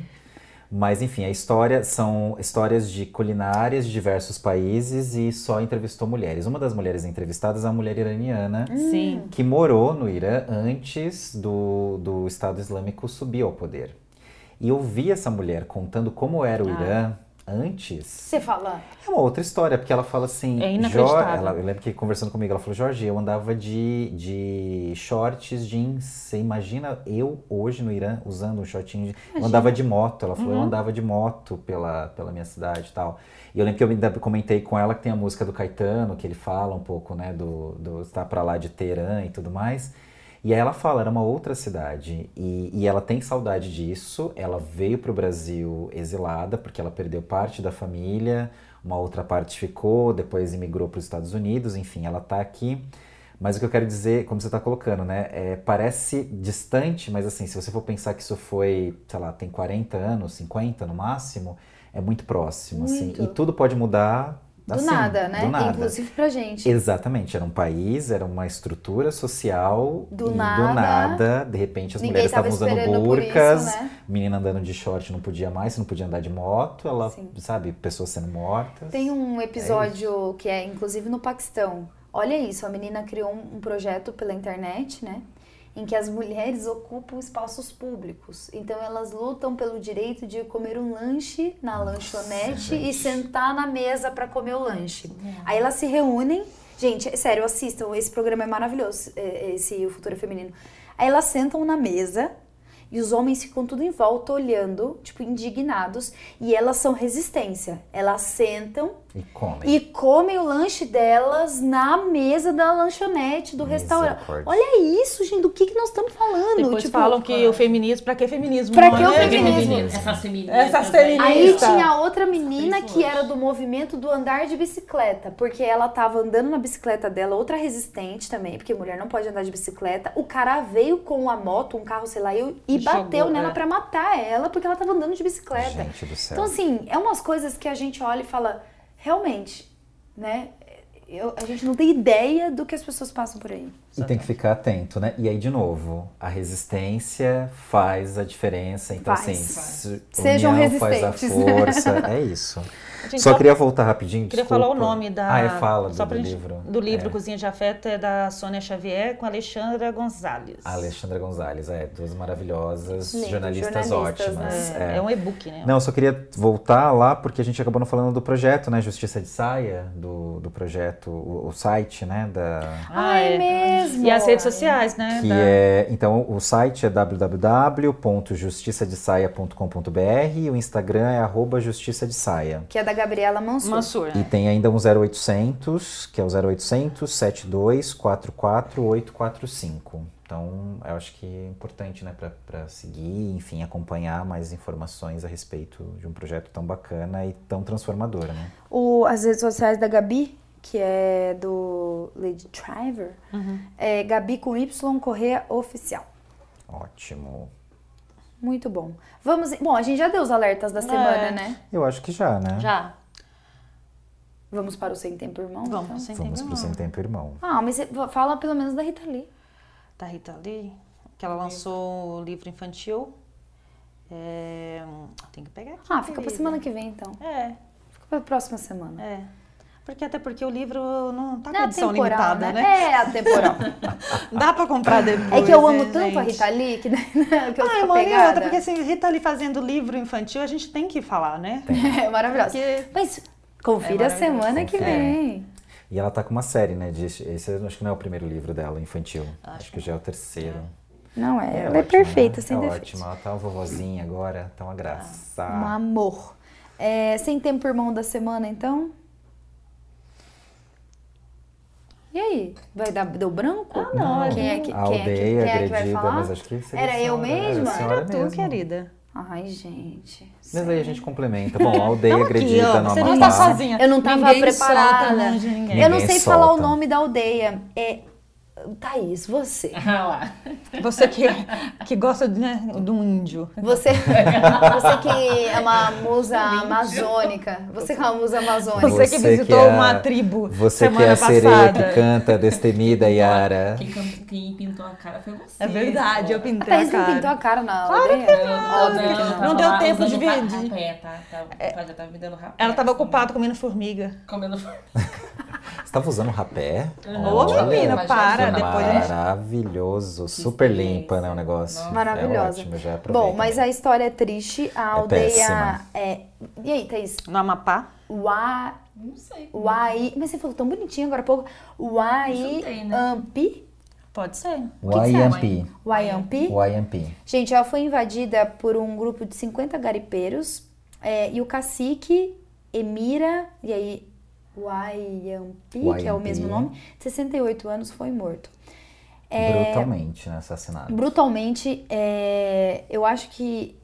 Mas enfim, a história são histórias de culinárias de diversos países e só entrevistou mulheres. Uma das mulheres entrevistadas é uma mulher iraniana Sim. que morou no Irã antes do, do Estado Islâmico subir ao poder. E eu vi essa mulher contando como era o Ah. Irã antes. você fala, É uma outra história, porque ela fala assim... É inacreditável. "Jor-" ela, eu lembro que conversando comigo, ela falou, Jorge, eu andava de, de shorts jeans. Você imagina eu hoje no Irã usando um shortinho jeans? Eu andava de moto. Ela falou, eu andava de moto pela, pela minha cidade e tal. E eu lembro que eu ainda comentei com ela que tem a música do Caetano, que ele fala um pouco, né, do, do estar pra lá de Teherã e tudo mais. E aí ela fala, era uma outra cidade, e, e ela tem saudade disso, ela veio pro Brasil exilada, porque ela perdeu parte da família, uma outra parte ficou, depois imigrou para os Estados Unidos, enfim, ela tá aqui. Mas o que eu quero dizer, como você tá colocando, né, é, parece distante, mas assim, se você for pensar que isso foi, sei lá, tem quarenta anos, cinquenta no máximo, é muito próximo, assim, Muito. e tudo pode mudar. do assim, nada, né? Do nada. Inclusive pra gente. Exatamente, era um país, era uma estrutura social Do e nada, do nada, de repente as ninguém mulheres tava estavam usando esperando por burcas, isso, né? menina andando de short não podia mais, você não podia andar de moto, ela, Sim. sabe, pessoas sendo mortas. Tem um episódio que é inclusive no Paquistão. Olha isso, a menina criou um, um projeto pela internet, né? Em que as mulheres ocupam espaços públicos. Então elas lutam pelo direito de comer um lanche na lanchonete e sentar na mesa para comer o lanche. Aí elas se reúnem. Gente, é sério, assistam, esse programa é maravilhoso, é- esse O Futuro é Feminino. Aí elas sentam na mesa e os homens ficam tudo em volta olhando, tipo, indignados. E elas são resistência. Elas sentam E comem. e comem o lanche delas na mesa da lanchonete do restaurante. Misericórdia. Olha isso, gente, do que, que nós estamos falando? Depois Tipo, falam que o feminismo, pra que feminismo? Pra Não, que o né? feminismo? Essas feministas. Essas né? feministas. Aí Isso. tinha outra menina Isso que hoje. era do movimento do andar de bicicleta, porque ela tava andando na bicicleta dela, outra resistente também, porque mulher não pode andar de bicicleta. O cara veio com a moto, um carro, sei lá, e, e Jogou, bateu nela é. pra matar ela, porque ela tava andando de bicicleta. Gente do céu. Então, assim, é umas coisas que a gente olha e fala, realmente, né? Eu- a gente não tem ideia do que as pessoas passam por aí. E tem que ficar atento, né? E aí, de novo, a resistência faz a diferença. Então, Faz. assim, Faz. se- Sejam união faz a resistentes. força. É isso. Gente, Só só- queria voltar rapidinho, Queria desculpa. falar o nome da. Ah, é, fala do, só pra do gente- livro. Do livro É. Cozinha de Afeto é da Sônia Xavier com a Alexandra Gonzalez. A Alexandra Gonzalez, é, duas maravilhosas Lindo, jornalistas, jornalistas, ótimas. É, é. é um e-book, né? Não, eu só queria voltar lá porque a gente acabou não falando do projeto, né? Justiça de Saia, do, do projeto, o, o site, né? Da, Ah, é é. mesmo? E as redes sociais, né? que da- é, então, o site é w w w ponto justiça de saia ponto com ponto b r e o Instagram é arroba justiça de saia. Que é da Gabriela Mansur. Mansur. E tem ainda um zero oitocentos, que é o zero oitocentos, sete dois quatro quatro, oito quatro cinco. Então, eu acho que é importante, né, para seguir, enfim, acompanhar mais informações a respeito de um projeto tão bacana e tão transformador, né? O, as redes sociais da Gabi, que é do Lady Driver, é Gabi com Y Correia Oficial. Ótimo. Muito bom. Vamos. Bom, a gente já deu os alertas da semana, né? Eu acho que já, né? Já. Vamos para o Sem Tempo Irmão? Vamos, então? sem Vamos tempo, pro não. Sem Tempo Irmão. Ah, mas você fala pelo menos da Rita Lee. Da Rita Lee, que ela lançou o livro infantil. É, Tem que pegar aqui. Ah, fica pra querida. semana que vem, então. É, Fica pra próxima semana. é. Porque até porque o livro não tá com Não é edição atemporal, limitada, né? É atemporal. Dá pra comprar depois. É que eu amo né, tanto a gente? Rita Lee que, que eu Ai, fico mano, e pegada. outra, porque assim, Rita Lee fazendo livro infantil, a gente tem que falar, né? É maravilhosa. Porque Mas confira É a maravilhoso. semana que Confere. vem. E ela tá com uma série, né? De, esse eu acho que não é o primeiro livro dela, infantil. Acho, que já é o terceiro. Não é, ela é ótima, perfeita, né? sem é defeito. ótima. Ela tá uma vovozinha agora, tá uma graça. Um amor. É, sem tempo irmão da semana, então? E aí? Vai dar, deu branco? Ah, não. Quem é que, A quem é que, aldeia quem é que vai agredida, falar? mas acho que seria Era a eu senhora, mesma? a senhora Era tu, mesmo. querida. Ai, gente. Mas aí a gente complementa. Bom, a aldeia Tamo aqui, agredida ó, no você não Amapá. está sozinha. Eu não tava Ninguém preparada. solta a mão de ninguém. Eu não Ninguém sei falar o solta. nome da aldeia. É. Thaís, você. Ah lá. Você que, que gosta de, né, de um índio. Você, você que é uma musa amazônica. Você que é uma musa amazônica. Você que Você visitou que é- uma tribo Você que é semana a sereia passada. que canta Destemida, Yara. Quem, can- quem pintou a cara foi você. É verdade, eu A pintei a Thaís não cara. pintou a cara na Claro aldeia? que Óbvio que não. Não deu tempo de ver- de- Rapé, tá? tá já tava me dando rapé. Ela estava ocupada comendo formiga. Comendo Você tava usando rapé? Ô, Olha, menina, mas para. já- Depois a gente... Maravilhoso, super experiência. limpa, né, o negócio. Nossa. Maravilhosa. É ótimo, já aproveita. Bom, mas a história é triste. A aldeia péssima. é. E aí, Thaís? No Amapá? Ua... Não sei. Uai. Mas você falou tão bonitinho agora há pouco. Uai. Chutei, né? Ampi? Pode ser. Y M P. Waiampi? Y M P. Gente, ela foi invadida por um grupo de cinquenta garipeiros é, e o cacique Emira, e aí Waiampi, que é o Waiampi. mesmo nome, de sessenta e oito anos, foi morto. Brutalmente, né, assassinado. Brutalmente, é, eu acho que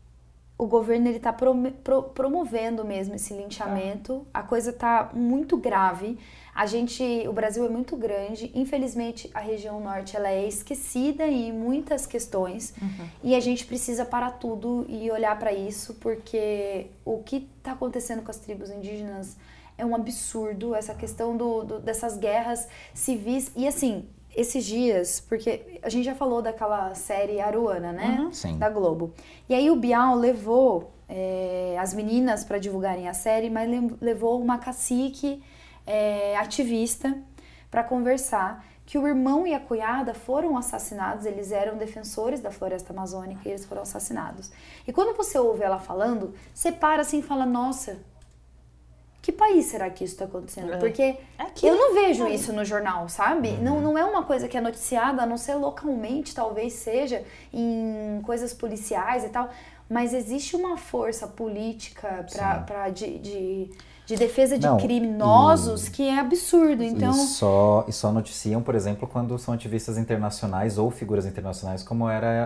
o governo ele está promovendo mesmo esse linchamento. A coisa está muito grave. A gente, o Brasil é muito grande. Infelizmente, a região norte ela é esquecida em muitas questões. Uhum. E a gente precisa parar tudo e olhar para isso, porque o que está acontecendo com as tribos indígenas é um absurdo. Essa questão do, do, dessas guerras civis. E assim, esses dias, porque a gente já falou daquela série Aruana, né? Uhum. Sim. Da Globo. E aí o Bial levou é, as meninas para divulgarem a série, mas le- levou uma cacique é, ativista para conversar que o irmão e a cunhada foram assassinados, eles eram defensores da floresta amazônica e eles foram assassinados. E quando você ouve ela falando, você para assim e fala, nossa, que país será que isso está acontecendo? É. Porque Aqui. eu não vejo isso no jornal, sabe? Não, não é uma coisa que é noticiada, a não ser localmente, talvez seja, em coisas policiais e tal. Mas existe uma força política pra, Sim. pra de, de, de defesa de Não, criminosos e- que é absurdo. Então, E, só, e só noticiam, por exemplo, quando são ativistas internacionais ou figuras internacionais, como era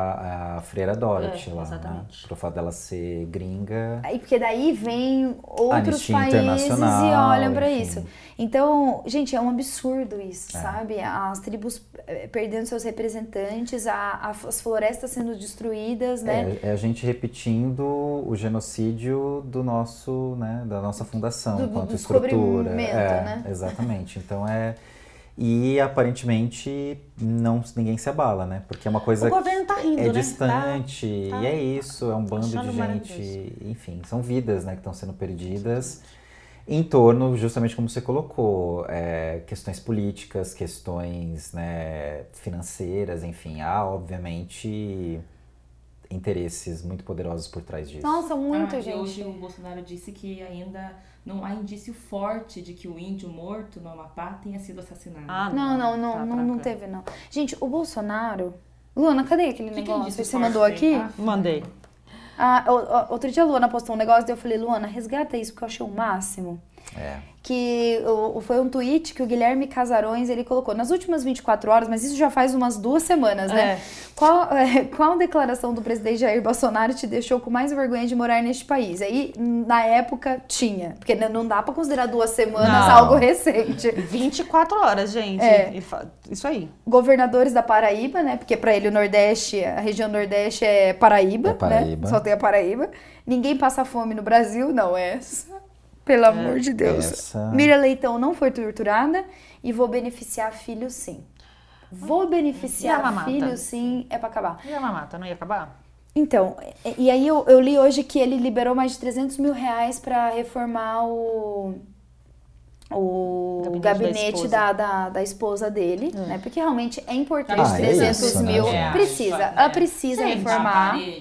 a, a Freira Dorothy É, lá, né? exatamente. Por fato dela ser gringa. aí, porque daí vem outros Anistia países e Internacional, olham pra enfim. isso. Então, gente, é um absurdo isso, É. sabe? As tribos eh, perdendo seus representantes, a, a- as florestas sendo destruídas, né? É, é a gente repetindo o genocídio do nosso, né, da nossa fundação, Do- do enquanto estrutura. descobrimento, É, né? exatamente. Então é e aparentemente não ninguém se abala, né? Porque é uma coisa O governo tá rindo, é né? distante Tá- tá e é isso, é um bando achando de gente, maravilhoso. enfim, são vidas, né, que estão sendo perdidas. Em torno, justamente como você colocou, é, questões políticas, questões, né, financeiras, enfim, há obviamente interesses muito poderosos por trás disso. Nossa, muito, Ah, e gente. hoje o Bolsonaro disse que ainda não há indício forte de que o índio morto no Amapá tenha sido assassinado. Ah, Não, não, não, Tá não, não tranquilo. teve, não. Gente, o Bolsonaro... Luana, cadê aquele Que que é negócio indício que você forte mandou tem? aqui? Ah, Mandei. Ah, o- o- outro dia a Luana postou um negócio e eu falei, Luana, resgata isso porque eu achei o máximo. É. Que o- foi um tweet que o Guilherme Casarões, ele colocou nas últimas vinte e quatro horas, mas isso já faz umas duas semanas, né? É. Qual, é, qual declaração do presidente Jair Bolsonaro te deixou com mais vergonha de morar neste país? Aí, na época, tinha. Porque n- não dá pra considerar duas semanas Não. algo recente. vinte e quatro horas, gente. É. E fa- Isso aí. Governadores da Paraíba, né? Porque pra ele o Nordeste, a região Nordeste é Paraíba, É Paraíba. né? Só tem a Paraíba. Ninguém passa fome no Brasil, não, essa. Pelo amor de Deus. Essa- Miriam Leitão não foi torturada e vou beneficiar filhos sim. Vou E a beneficiar mamata? filhos sim, é pra acabar. E a mamata, não ia acabar? Então, e e aí eu, eu li hoje que ele liberou mais de trezentos mil reais pra reformar o, o Gabinete gabinete, da da, da, da esposa dele, né? Porque realmente é importante Ah, é trezentos isso, né, mil. gente? Precisa, É, ela precisa Sim, reformar. a parede.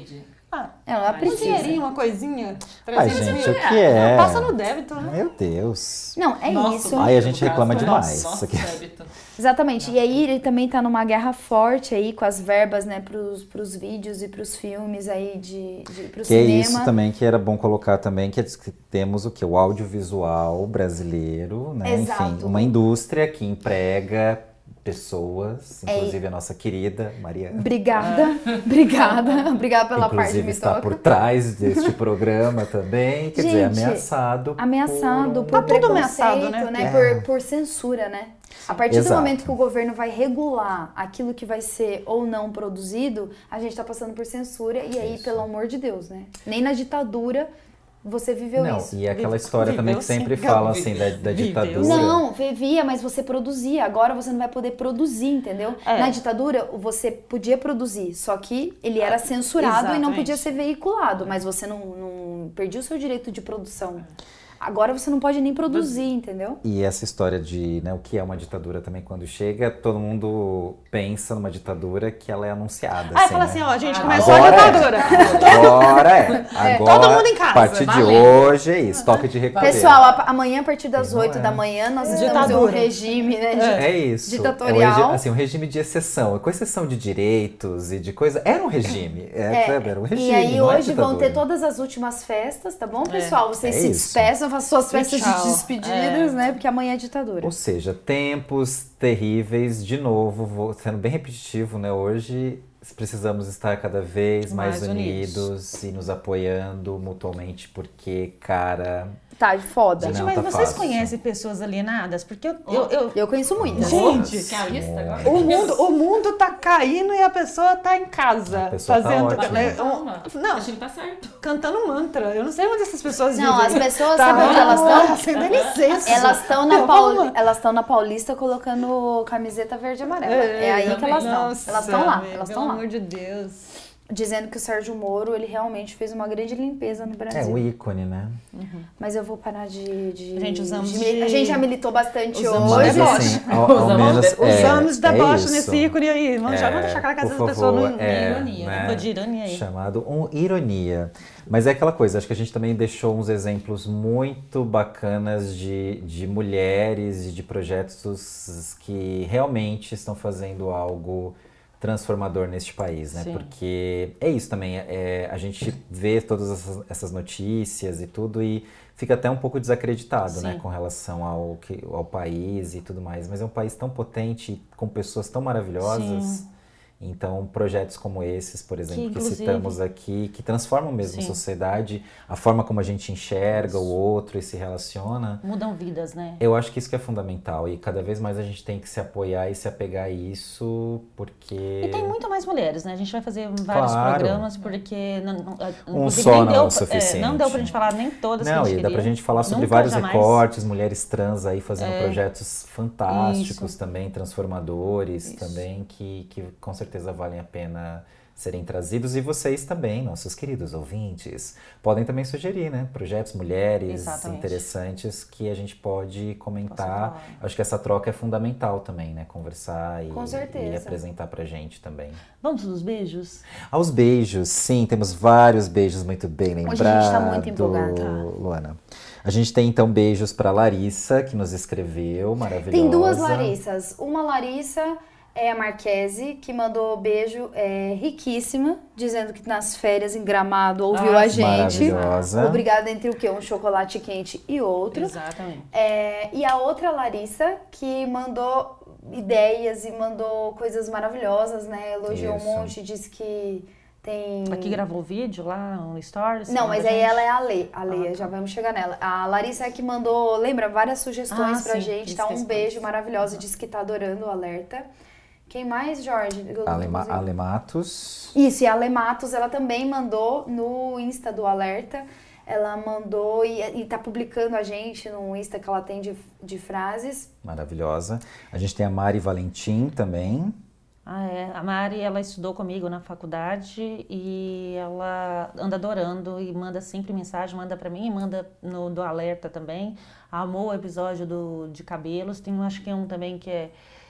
Ah, Ela Um um precisa. dinheirinho, uma coisinha. Ai, trezentos gente, mil. o que é? Passa no débito, né? Meu Deus. Não, é Nossa, isso. Ai, a gente no reclama caso, demais. Nossa, Isso aqui. débito. Exatamente. E aí ele também tá numa guerra forte aí com as verbas, né, pros, pros vídeos e pros filmes aí de, de pro Que é cinema. isso também que era bom colocar também, que é que temos o que? O audiovisual brasileiro, né? Exato. Enfim, uma indústria que emprega pessoas, É. inclusive a nossa querida Mariana. Obrigada, obrigada, obrigada pela parte Inclusive me está toca. por trás deste programa também, quer dizer, Gente, ameaçado Ameaçado por... por Tá tudo preconceito, ameaçado, né? né? É. Por, por censura, né? A partir Exato. do momento que o governo vai regular aquilo que vai ser ou não produzido, a gente tá passando por censura e aí, Isso. pelo amor de Deus, né? Nem na ditadura você viveu Não, isso. e aquela Vive- história também que viveu sempre sim. falam Vive- assim da, da viveu ditadura. sim. Não, vivia, mas você produzia. Agora você não vai poder produzir, entendeu? É. Na ditadura, você podia produzir, só que ele era censurado e não exatamente. podia ser veiculado, mas você não, não perdia o seu direito de produção. Agora você não pode nem produzir, entendeu? E essa história de, né, o que é uma ditadura também, quando chega, todo mundo pensa numa ditadura que ela é anunciada. Aí assim, fala né? assim, ó, a gente Ah, começou a agora é. ditadura. Agora é. Agora, Todo mundo em casa. A partir de Valendo. hoje é isso, toque de recolher. Pessoal, a- amanhã a partir das E não oito é. da manhã nós estamos em um Ditadura. regime, né? de- É isso. Ditatorial. É um regi- assim, um regime de exceção. Com exceção de direitos e de coisa. Era um regime. É, sabe? Era um regime. E aí não é hoje vão ter ditadura. todas as últimas festas, tá bom, pessoal? Vocês É se isso. despeçam, façam suas festas tchau. de despedidas, né? Porque amanhã é ditadura. Ou seja, tempos terríveis, de novo, vou sendo bem repetitivo, né? Hoje precisamos estar cada vez mais, Mais unidos. unidos e nos apoiando mutuamente, porque, cara. Tá, foda. Não, Gente, mas tá vocês fácil. conhecem pessoas alienadas? Porque eu... eu, eu- Eu conheço muitas. Gente, Que é a lista agora? o mundo, o mundo tá caindo e a pessoa tá em casa. A pessoa tá fazendo. ótima. né, Calma. um- não, Acho que tá certo. cantando mantra. Eu não sei onde essas pessoas Não, vivem. as pessoas, Tá sabe onde vendo? elas estão? Acendendo incenso. Elas estão na, Meu, Pauli... vamos. elas estão na Paulista colocando camiseta verde e amarela. É, aí que também. elas estão. Nossa, Elas estão lá, meu, elas pelo estão lá. amor de Deus. Dizendo que o Sérgio Moro, ele realmente fez uma grande limpeza no É Brasil. um ícone, né? Mas eu vou parar de... de- Gente, usamos de- de- A gente já militou bastante Usamos hoje. Mas deboche. assim, ao, ao Usamos menos. deboche. é, Usamos deboche é nesse isso. ícone aí. Vamos, já É, vamos deixar aquela casa por da pessoa favor, no é, ironia, né? Um pouco de ironia aí. Chamado um ironia. Mas é aquela coisa, acho que a gente também deixou uns exemplos muito bacanas de, de mulheres e de projetos que realmente estão fazendo algo transformador neste país, né? Sim. Porque é isso também, é, a gente vê todas essas, essas notícias e tudo e fica até um pouco desacreditado, né? Sim. Com relação ao, que, ao país e tudo mais. Mas é um país tão potente, com pessoas tão maravilhosas. Sim. Então, projetos como esses, por exemplo, que, inclusive- citamos aqui, que transformam mesmo a Sim. sociedade, a forma como a gente enxerga o outro e se relaciona, Mudam vidas, né? eu acho que isso que é fundamental. E cada vez mais a gente tem que se apoiar e se apegar a isso, porque... E tem muito mais mulheres, né? A gente vai fazer vários Claro. programas, porque não, não, Um inclusive, só nem não deu, é o suficiente. não deu pra gente falar nem todas que Não, a gente e dá queria. pra gente falar sobre Nunca, vários jamais. recortes, mulheres trans aí fazendo É. projetos fantásticos Isso. também, transformadores Isso. também, que, que com certeza valem a pena serem trazidos. E vocês também, nossos queridos ouvintes, podem também sugerir, né? Projetos, mulheres Exatamente. interessantes que a gente pode Posso comentar. falar. Acho que essa troca é fundamental também, né? Conversar e, Com certeza. e apresentar pra gente também. Vamos nos beijos? Aos beijos, sim, temos vários beijos muito bem lembrados. Hoje a gente tá muito empolgada. Luana. A gente tem então beijos pra Larissa, que nos escreveu, maravilhosa. Tem duas Larissas. Uma Larissa é a Marquese, que mandou beijo é, riquíssima, dizendo que nas férias em Gramado ouviu Ah, a gente. maravilhosa. Obrigada entre o quê? Um chocolate quente e outro. Exatamente. É, e a outra Larissa, que mandou ideias e mandou coisas maravilhosas, né? Elogiou Isso. um monte, disse que tem... Aqui gravou o vídeo lá, um stories. Não, mas manda aí gente. ela é a Lê. A Lê, Ah, tá. já vamos chegar nela. A Larissa é que mandou, lembra, várias sugestões Ah, pra sim, gente, tá? esqueci. Um beijo maravilhoso, disse que tá adorando o alerta. Quem mais, Jorge? Eu não Alema, consigo. Alematos. Isso, e a Lê Matos, ela também mandou no Insta do Alerta. Ela mandou e, e tá publicando a gente no Insta que ela tem de, de frases. Maravilhosa. A gente tem a Mari Valentim também. Ah, é. A Mari, ela estudou comigo na faculdade e ela anda adorando e manda sempre mensagem, manda pra mim e manda no do Alerta também. Amou o episódio do, de cabelos. Tem, acho que um também que é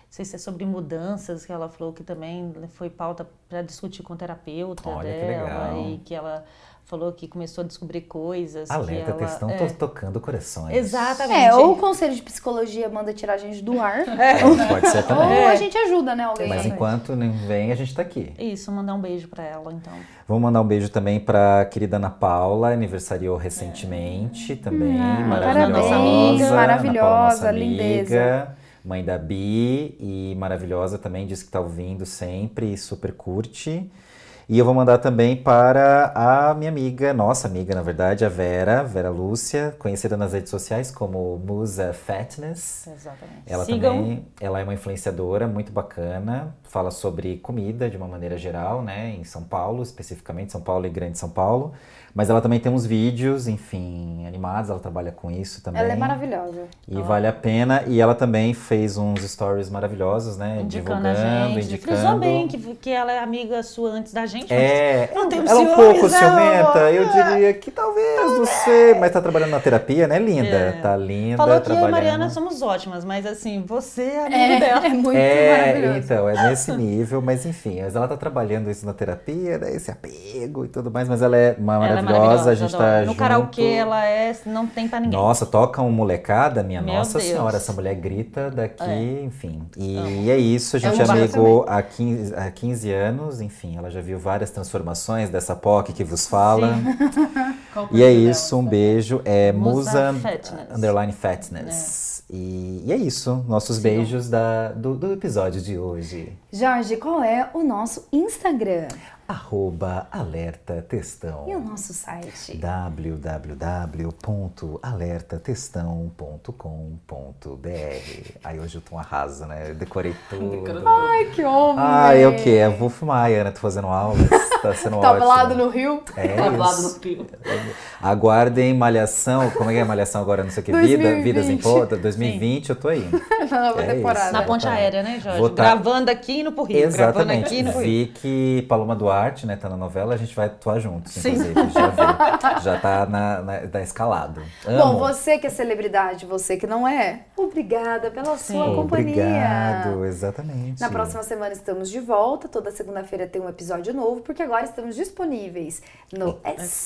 sei se é sobre mudanças, que ela falou que também foi pauta para discutir com o terapeuta Olha, que dela. legal. E que ela falou que começou a descobrir coisas. Alerta, que ela, textão, é, tô tocando corações. Exatamente. É, ou o conselho de psicologia manda tirar a gente do ar, Pode ser ou também. a gente ajuda, né, alguém. Mas enquanto não vem, a gente tá aqui. Isso, mandar um beijo para ela, então. Vamos mandar um beijo também pra querida Ana Paula, aniversariou recentemente também, Ah, maravilhosa. parabéns, Ana Paula, maravilhosa, nossa lindeza. amiga, mãe da Bi, e maravilhosa também, disse que tá ouvindo sempre e super curte. E eu vou mandar também para a minha amiga, nossa amiga, na verdade, a Vera, Vera Lúcia, conhecida nas redes sociais como Musa Fatness. Exatamente. Ela Sigam. também, ela é uma influenciadora muito bacana, fala sobre comida de uma maneira geral, né, em São Paulo, especificamente São Paulo e Grande São Paulo. Mas ela também tem uns vídeos, enfim, animados, ela trabalha com isso também. Ela é maravilhosa. E vale a pena. E ela também fez uns stories maravilhosos, né? Indicando a divulgando, gente. indicando. Frisou bem que, que ela é amiga sua antes da gente. É, Não tem ela é um ciúmes, pouco não. ciumenta, eu diria que talvez, não sei, mas tá trabalhando na terapia, né, linda? É. Tá linda, Falou que eu e trabalhando. Mariana somos ótimas, mas assim, você é amigo É, dela. é muito É, maravilhoso. então, é nesse nível, mas enfim, mas ela tá trabalhando isso na terapia, né, esse apego e tudo mais, mas ela é uma Ela é maravilhosa, a gente adoro. tá No junto. karaokê ela é, não tem pra ninguém. Nossa, toca um molecada, minha Meu nossa Deus. senhora, essa mulher grita daqui, É. enfim. E é isso, a gente É é um barco amigo há quinze, há quinze anos, enfim, ela já viu várias transformações dessa P O C que vos fala. Qual o E é perfil isso, dela, um sabe? beijo, é Musa Musa Fatness. underline Fatness. E, e é isso, nossos Sigam. beijos da, do, do episódio de hoje. Jorge, qual é o nosso Instagram Arroba Alerta Textão. e o nosso site? w w w ponto alerta textão ponto com ponto b r. Aí hoje eu tô um arraso, né? Eu decorei tudo. Ai, que homem! Ah, eu o quê? É Wolf Maia, né? Tô fazendo aulas, tá sendo ótimo. Tablado no Rio. É Tablado isso. no pio. Aguardem Malhação, como é que é Malhação agora? Não sei o que, dois mil Vida, e Vidas em vinte. Ponta, dois mil e vinte eu tô aí. Na nova É temporada. isso. Na ponte Tá. aérea, né, Jorge? Vou tá- Gravando aqui no Rio. Gravando Exatamente. aqui no Rio. Vi que Paloma Duarte, né, tá na novela, a gente vai atuar juntos, Sim. inclusive. Já vi. Já tá na, na, tá escalado. Amo. Bom, você que é celebridade, você que não é, obrigada pela sua companhia. Obrigado, exatamente. Na próxima semana estamos de volta. Toda segunda-feira tem um episódio novo, porque agora estamos disponíveis no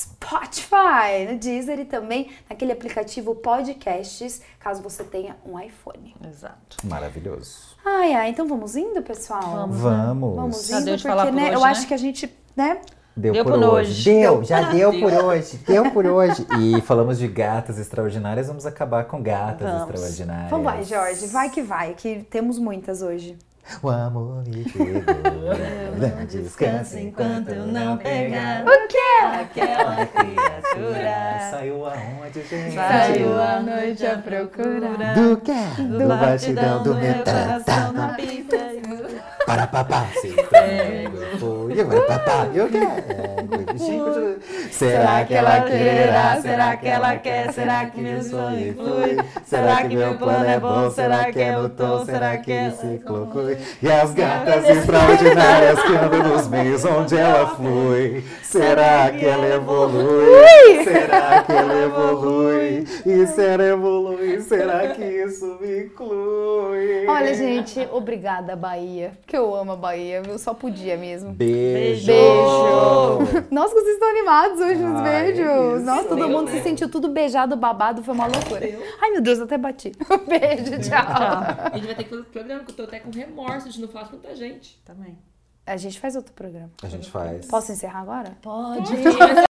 Spotify, no Deezer e também naquele aplicativo Podcasts, caso você tenha um iPhone. Exato. Maravilhoso. Ai, ai, então vamos indo, pessoal? Vamos. Vamos. Vamos Já indo, deu de porque falar por né, hoje, eu né? acho que a gente, né? Deu, Deu por, por hoje. hoje. Deu, já deu Deu. por hoje. Deu por hoje. E falamos de gatas extraordinárias, vamos acabar com gatas Vamos. extraordinárias. Então vai, Jorge, vai que vai, que temos muitas hoje. O amor me pegou. Não descansa enquanto eu não pegar. O quê? Aquela criatura. Saiu aonde, gente? Saiu à noite a procurar. Do quê? Do batidão do meu coração na tá, pista. Para papá, se prego, foi. E agora papá, eu quero. Gente, será que ela quererá? Será que ela quer? Será que meu sonho flui? Será que meu plano é bom? Será que é no tom? Será que ele se conclui? E as gatas extraordinárias que andam nos meios onde ela flui. Será que ela evolui? Será que ela evolui? E se ela evolui, será que isso me inclui? Olha, gente, obrigada, Bahia. Porque eu amo a Bahia, viu? Só podia mesmo. Beijo! Beijo! Nossa, vocês estão animados hoje nos Ai, beijos. isso. Nossa, todo Eu, mundo né? se sentiu tudo beijado, babado, foi uma loucura. Ai, meu Deus, eu até bati. Beijo, tchau. A gente vai ter que fazer outro programa, que eu tô até com remorso de não falar com tanta gente. Também. A gente faz outro programa. A gente faz. Posso encerrar agora? Pode. Mas